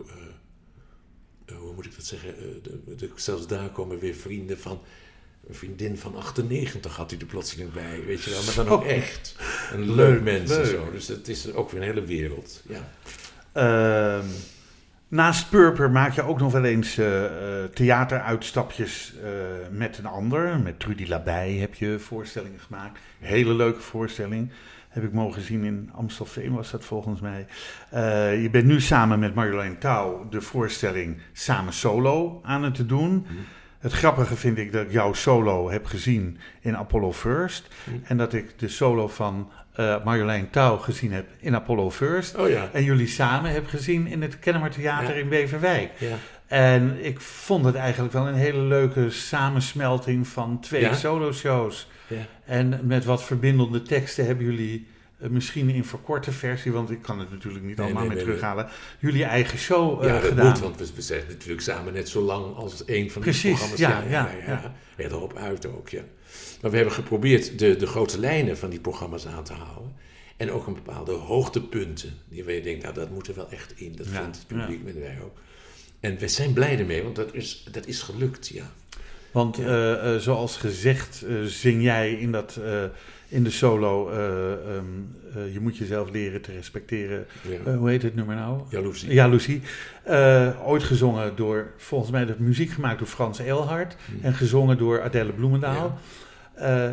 hoe moet ik dat zeggen? Zelfs daar komen weer vrienden van... Een vriendin van 98 had hij er plotseling bij. Weet je wel. Maar dan ook echt. En leuk mensen zo. Dus het is ook weer een hele wereld. Ja. Naast Purper maak je ook nog wel eens theateruitstapjes met een ander. Met Trudy Labij heb je voorstellingen gemaakt. Hele leuke voorstelling. Heb ik mogen zien in Amstelveen, was dat volgens mij. Je bent nu samen met Marjolein Touw de voorstelling Samen Solo aan het doen. Mm. Het grappige vind ik dat ik jouw solo heb gezien in Apollo First. Mm. En dat ik de solo van Marjolein Touw gezien heb in Apollo First. Oh ja. En jullie samen heb gezien in het Kennemer Theater in Beverwijk. Ja. En ik vond het eigenlijk wel een hele leuke samensmelting van 2 solo-shows. Ja. En met wat verbindende teksten hebben jullie misschien in verkorte versie, want ik kan het natuurlijk niet allemaal meer terughalen, jullie eigen show gedaan. Ja, dat moet, want we zijn natuurlijk samen net zo lang als een van die programma's. Ja. Erop uit ook, ja. Maar we hebben geprobeerd de grote lijnen van die programma's aan te houden. En ook een bepaalde hoogtepunten. Die waar je denkt, nou dat moet er wel echt in. Dat vindt het publiek, met wij ook. En we zijn blij ermee, want dat is gelukt, ja. Want zoals gezegd zing jij in de solo... je moet jezelf leren te respecteren. Ja. Hoe heet het nummer nou? Jaloezie. Jaloezie. Ooit gezongen door, volgens mij, de muziek gemaakt door Frans Elhart. En gezongen door Adèle Bloemendaal. Ja.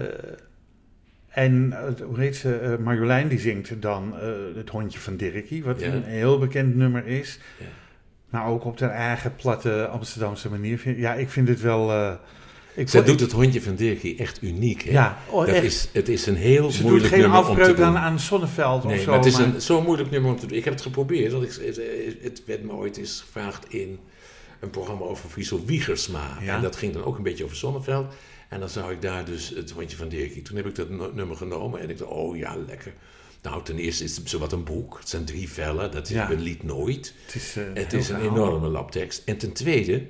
En hoe heet ze? Marjolein die zingt dan Het Hondje van Dirkie. Wat een heel bekend nummer is. Ja. Maar ook op haar eigen platte Amsterdamse manier. Ja, ik vind het wel... Zij doet Het Hondje van Dirkie echt uniek. Hè? Ja, het is een heel ze moeilijk nummer om te doen. Ze doet geen afbreuk aan Sonneveld of zo. Maar het is zo'n moeilijk nummer om te doen. Ik heb het geprobeerd. Want het werd me ooit eens gevraagd in een programma over Friesel Wiegersma. Ja. En dat ging dan ook een beetje over Sonneveld. En dan zou ik daar dus Het Hondje van Dirkie. Toen heb ik dat nummer genomen en ik dacht, oh ja, lekker. Nou, ten eerste is het zowat een boek. Het zijn 3 vellen, dat is een lied nooit. Het is een enorme labtekst. En ten tweede,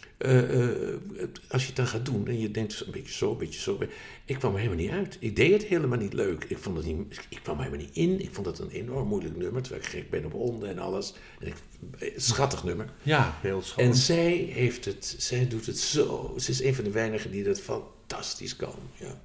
als je het dan gaat doen en je denkt een beetje zo. Ik kwam er helemaal niet uit. Ik deed het helemaal niet leuk. Ik kwam er helemaal niet in. Ik vond het een enorm moeilijk nummer, terwijl ik gek ben op honden en alles. En schattig nummer. Ja, heel schattig. En zij doet het zo. Ze is een van de weinigen die dat fantastisch kan, ja.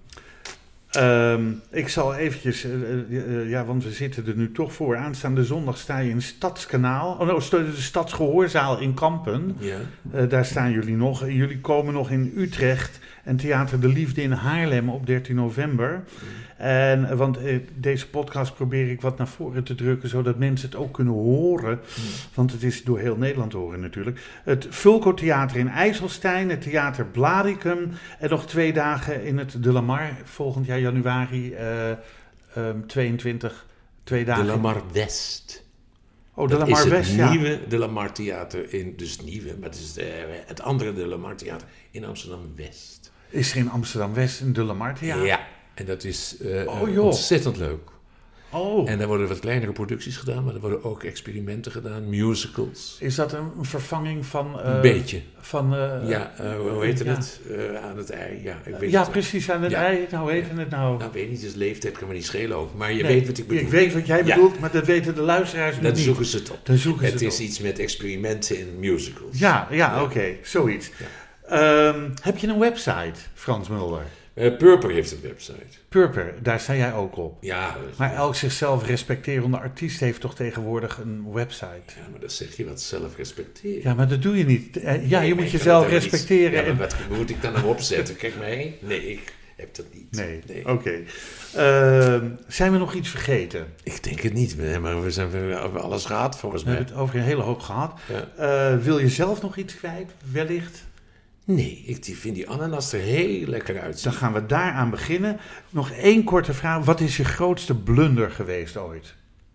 Ik zal eventjes, want we zitten er nu toch voor. Aanstaande zondag sta je in Stadskanaal. De Stadsgehoorzaal in Kampen. Ja. Daar staan jullie nog. Jullie komen nog in Utrecht en Theater de Liefde in Haarlem op 13 november. Want deze podcast probeer ik wat naar voren te drukken, zodat mensen het ook kunnen horen. Want het is door heel Nederland te horen natuurlijk. Het Vulco Theater in IJsselstein, het Theater Blaricum en nog 2 dagen in het De La Mar volgend jaar januari 22. 2 dagen. De La Mar West. Oh, de Dat Lamar is West, het ja. nieuwe De Lamar Theater dus het nieuwe, maar het is het andere De Lamar Theater in Amsterdam-West. Is er in Amsterdam-West een De Lamar Theater? Ja, en dat is joh. ontzettend leuk. Oh, En daar worden wat kleinere producties gedaan, maar er worden ook experimenten gedaan, musicals. is dat een vervanging van... Een beetje. Van, Hoe heet ja. het? Aan het ei. Ja, ik weet ja, het. precies, aan het Ja. ei. Nou, weet je het nou? Nou, weet niet, dus leeftijd kan me niet schelen ook. Maar je Nee, weet wat ik bedoel. Ik weet wat jij Ja. bedoelt, maar dat weten de luisteraars Dan niet. zoeken ze het op. Dan zoeken ze Het het is op. iets met experimenten in musicals. Ja, oké, zoiets. Heb je een website, Frans Mulder? Purper heeft een website. Purper, daar sta jij ook op. Ja, Maar elk zichzelf respecterende artiest heeft toch tegenwoordig een website? ja, maar dan zeg je wat zelf respecteren. Ja, maar dat doe je niet. Ja, Nee, je maar moet ik kan jezelf dat helemaal niet. respecteren. Ja, en... maar wat moet ik dan nou opzetten? Kijk mij. Nee, ik heb dat niet. Nee, Nee. oké. Zijn we nog iets vergeten? Ik denk het niet, maar we hebben alles gehad volgens We mij. hebben het over een hele hoop gehad. Ja. Wil je zelf nog iets kwijt? Wellicht? Nee, ik vind die ananas er heel lekker uitzien. Dan gaan we daaraan beginnen. Nog één korte vraag. Wat is je grootste blunder geweest ooit?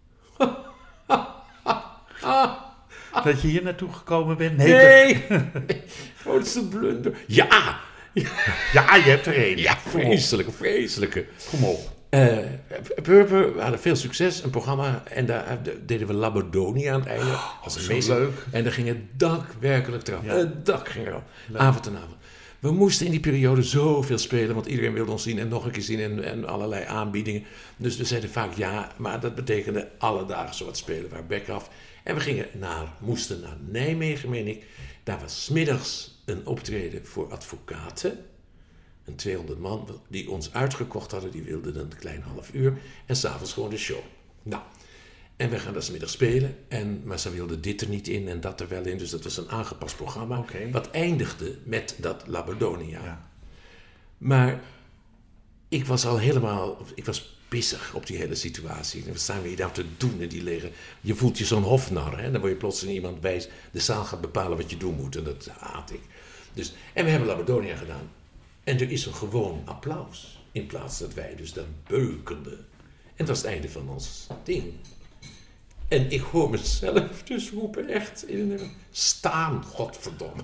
Dat je hier naartoe gekomen bent? Nee! Grootste blunder. Ja! Ja, je hebt er één. Ja, Kom op. vreselijke. Kom op. Purper, we hadden veel succes, een programma. En daar deden we Labodonia aan het einde. Dat was zo amazing. leuk. En dan ging het dak werkelijk eraf. Ja. Het dak ging eraf. Avond en avond. We moesten in die periode zoveel spelen, want iedereen wilde ons zien en nog een keer zien en allerlei aanbiedingen. Dus we zeiden vaak ja, maar dat betekende alle dagen zo wat spelen, waar bek af. En we moesten naar Nijmegen, meen ik. Daar was 's middags een optreden voor advocaten. Een 200 man die ons uitgekocht hadden, die wilden een klein half uur. En 's avonds gewoon de show. Nou, en we gaan dat 's middags spelen. Maar ze wilden dit er niet in en dat er wel in. Dus dat was een aangepast programma. Oké. Wat eindigde met dat Labodonia. Ja. Maar ik was pissig op die hele situatie. Wat staan we hier nou te doen in die lege... Je voelt je zo'n hofnar, hè? Dan word je plotseling iemand wijs. De zaal gaat bepalen wat je doen moet. En dat haat ik. En we hebben Labodonia gedaan. En er is een gewoon applaus. In plaats dat wij dus dan beukenden. En dat was het einde van ons ding. En ik hoor mezelf dus roepen echt in een staan, godverdomme.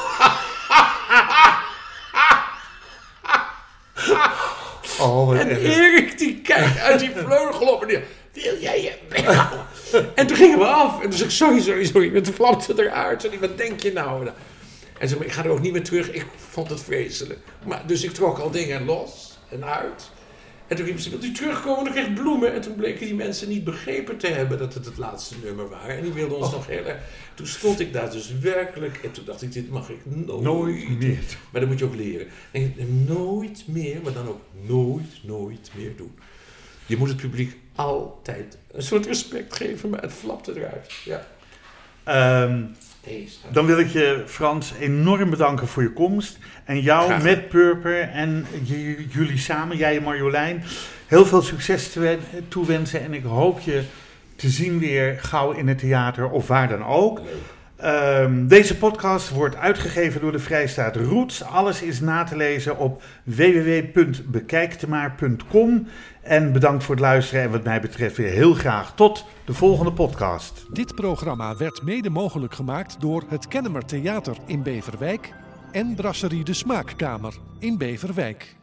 En Erik die kijkt uit die vleugel op en die wil jij je weghouden? En toen gingen we af. En toen zei ik, sorry, het flapte eruit. En wat denk je nou? En zei, ik ga er ook niet meer terug. Ik vond het vreselijk. Dus ik trok al dingen los en uit. En toen riep ze, wilt u terugkomen? Dan kreeg ik bloemen. En toen bleken die mensen niet begrepen te hebben dat het laatste nummer waren. En die wilden ons nog heel erg... Toen stond ik daar dus werkelijk... En toen dacht ik, dit mag ik nooit meer. Maar dat moet je ook leren. En nooit meer, maar dan ook nooit meer doen. Je moet het publiek altijd een soort respect geven, maar het flapte eruit. Ja. Dan wil ik je, Frans, enorm bedanken voor je komst. En jou Graag. met Purper en jullie samen, jij en Marjolein, heel veel succes toewensen. En ik hoop je te zien weer gauw in het theater of waar dan ook. Deze podcast wordt uitgegeven door de Vrijstaat Roots. Alles is na te lezen op www.bekijktemaar.com. En bedankt voor het luisteren en wat mij betreft weer heel graag tot de volgende podcast. Dit programma werd mede mogelijk gemaakt door het Kennemer Theater in Beverwijk en Brasserie de Smaakkamer in Beverwijk.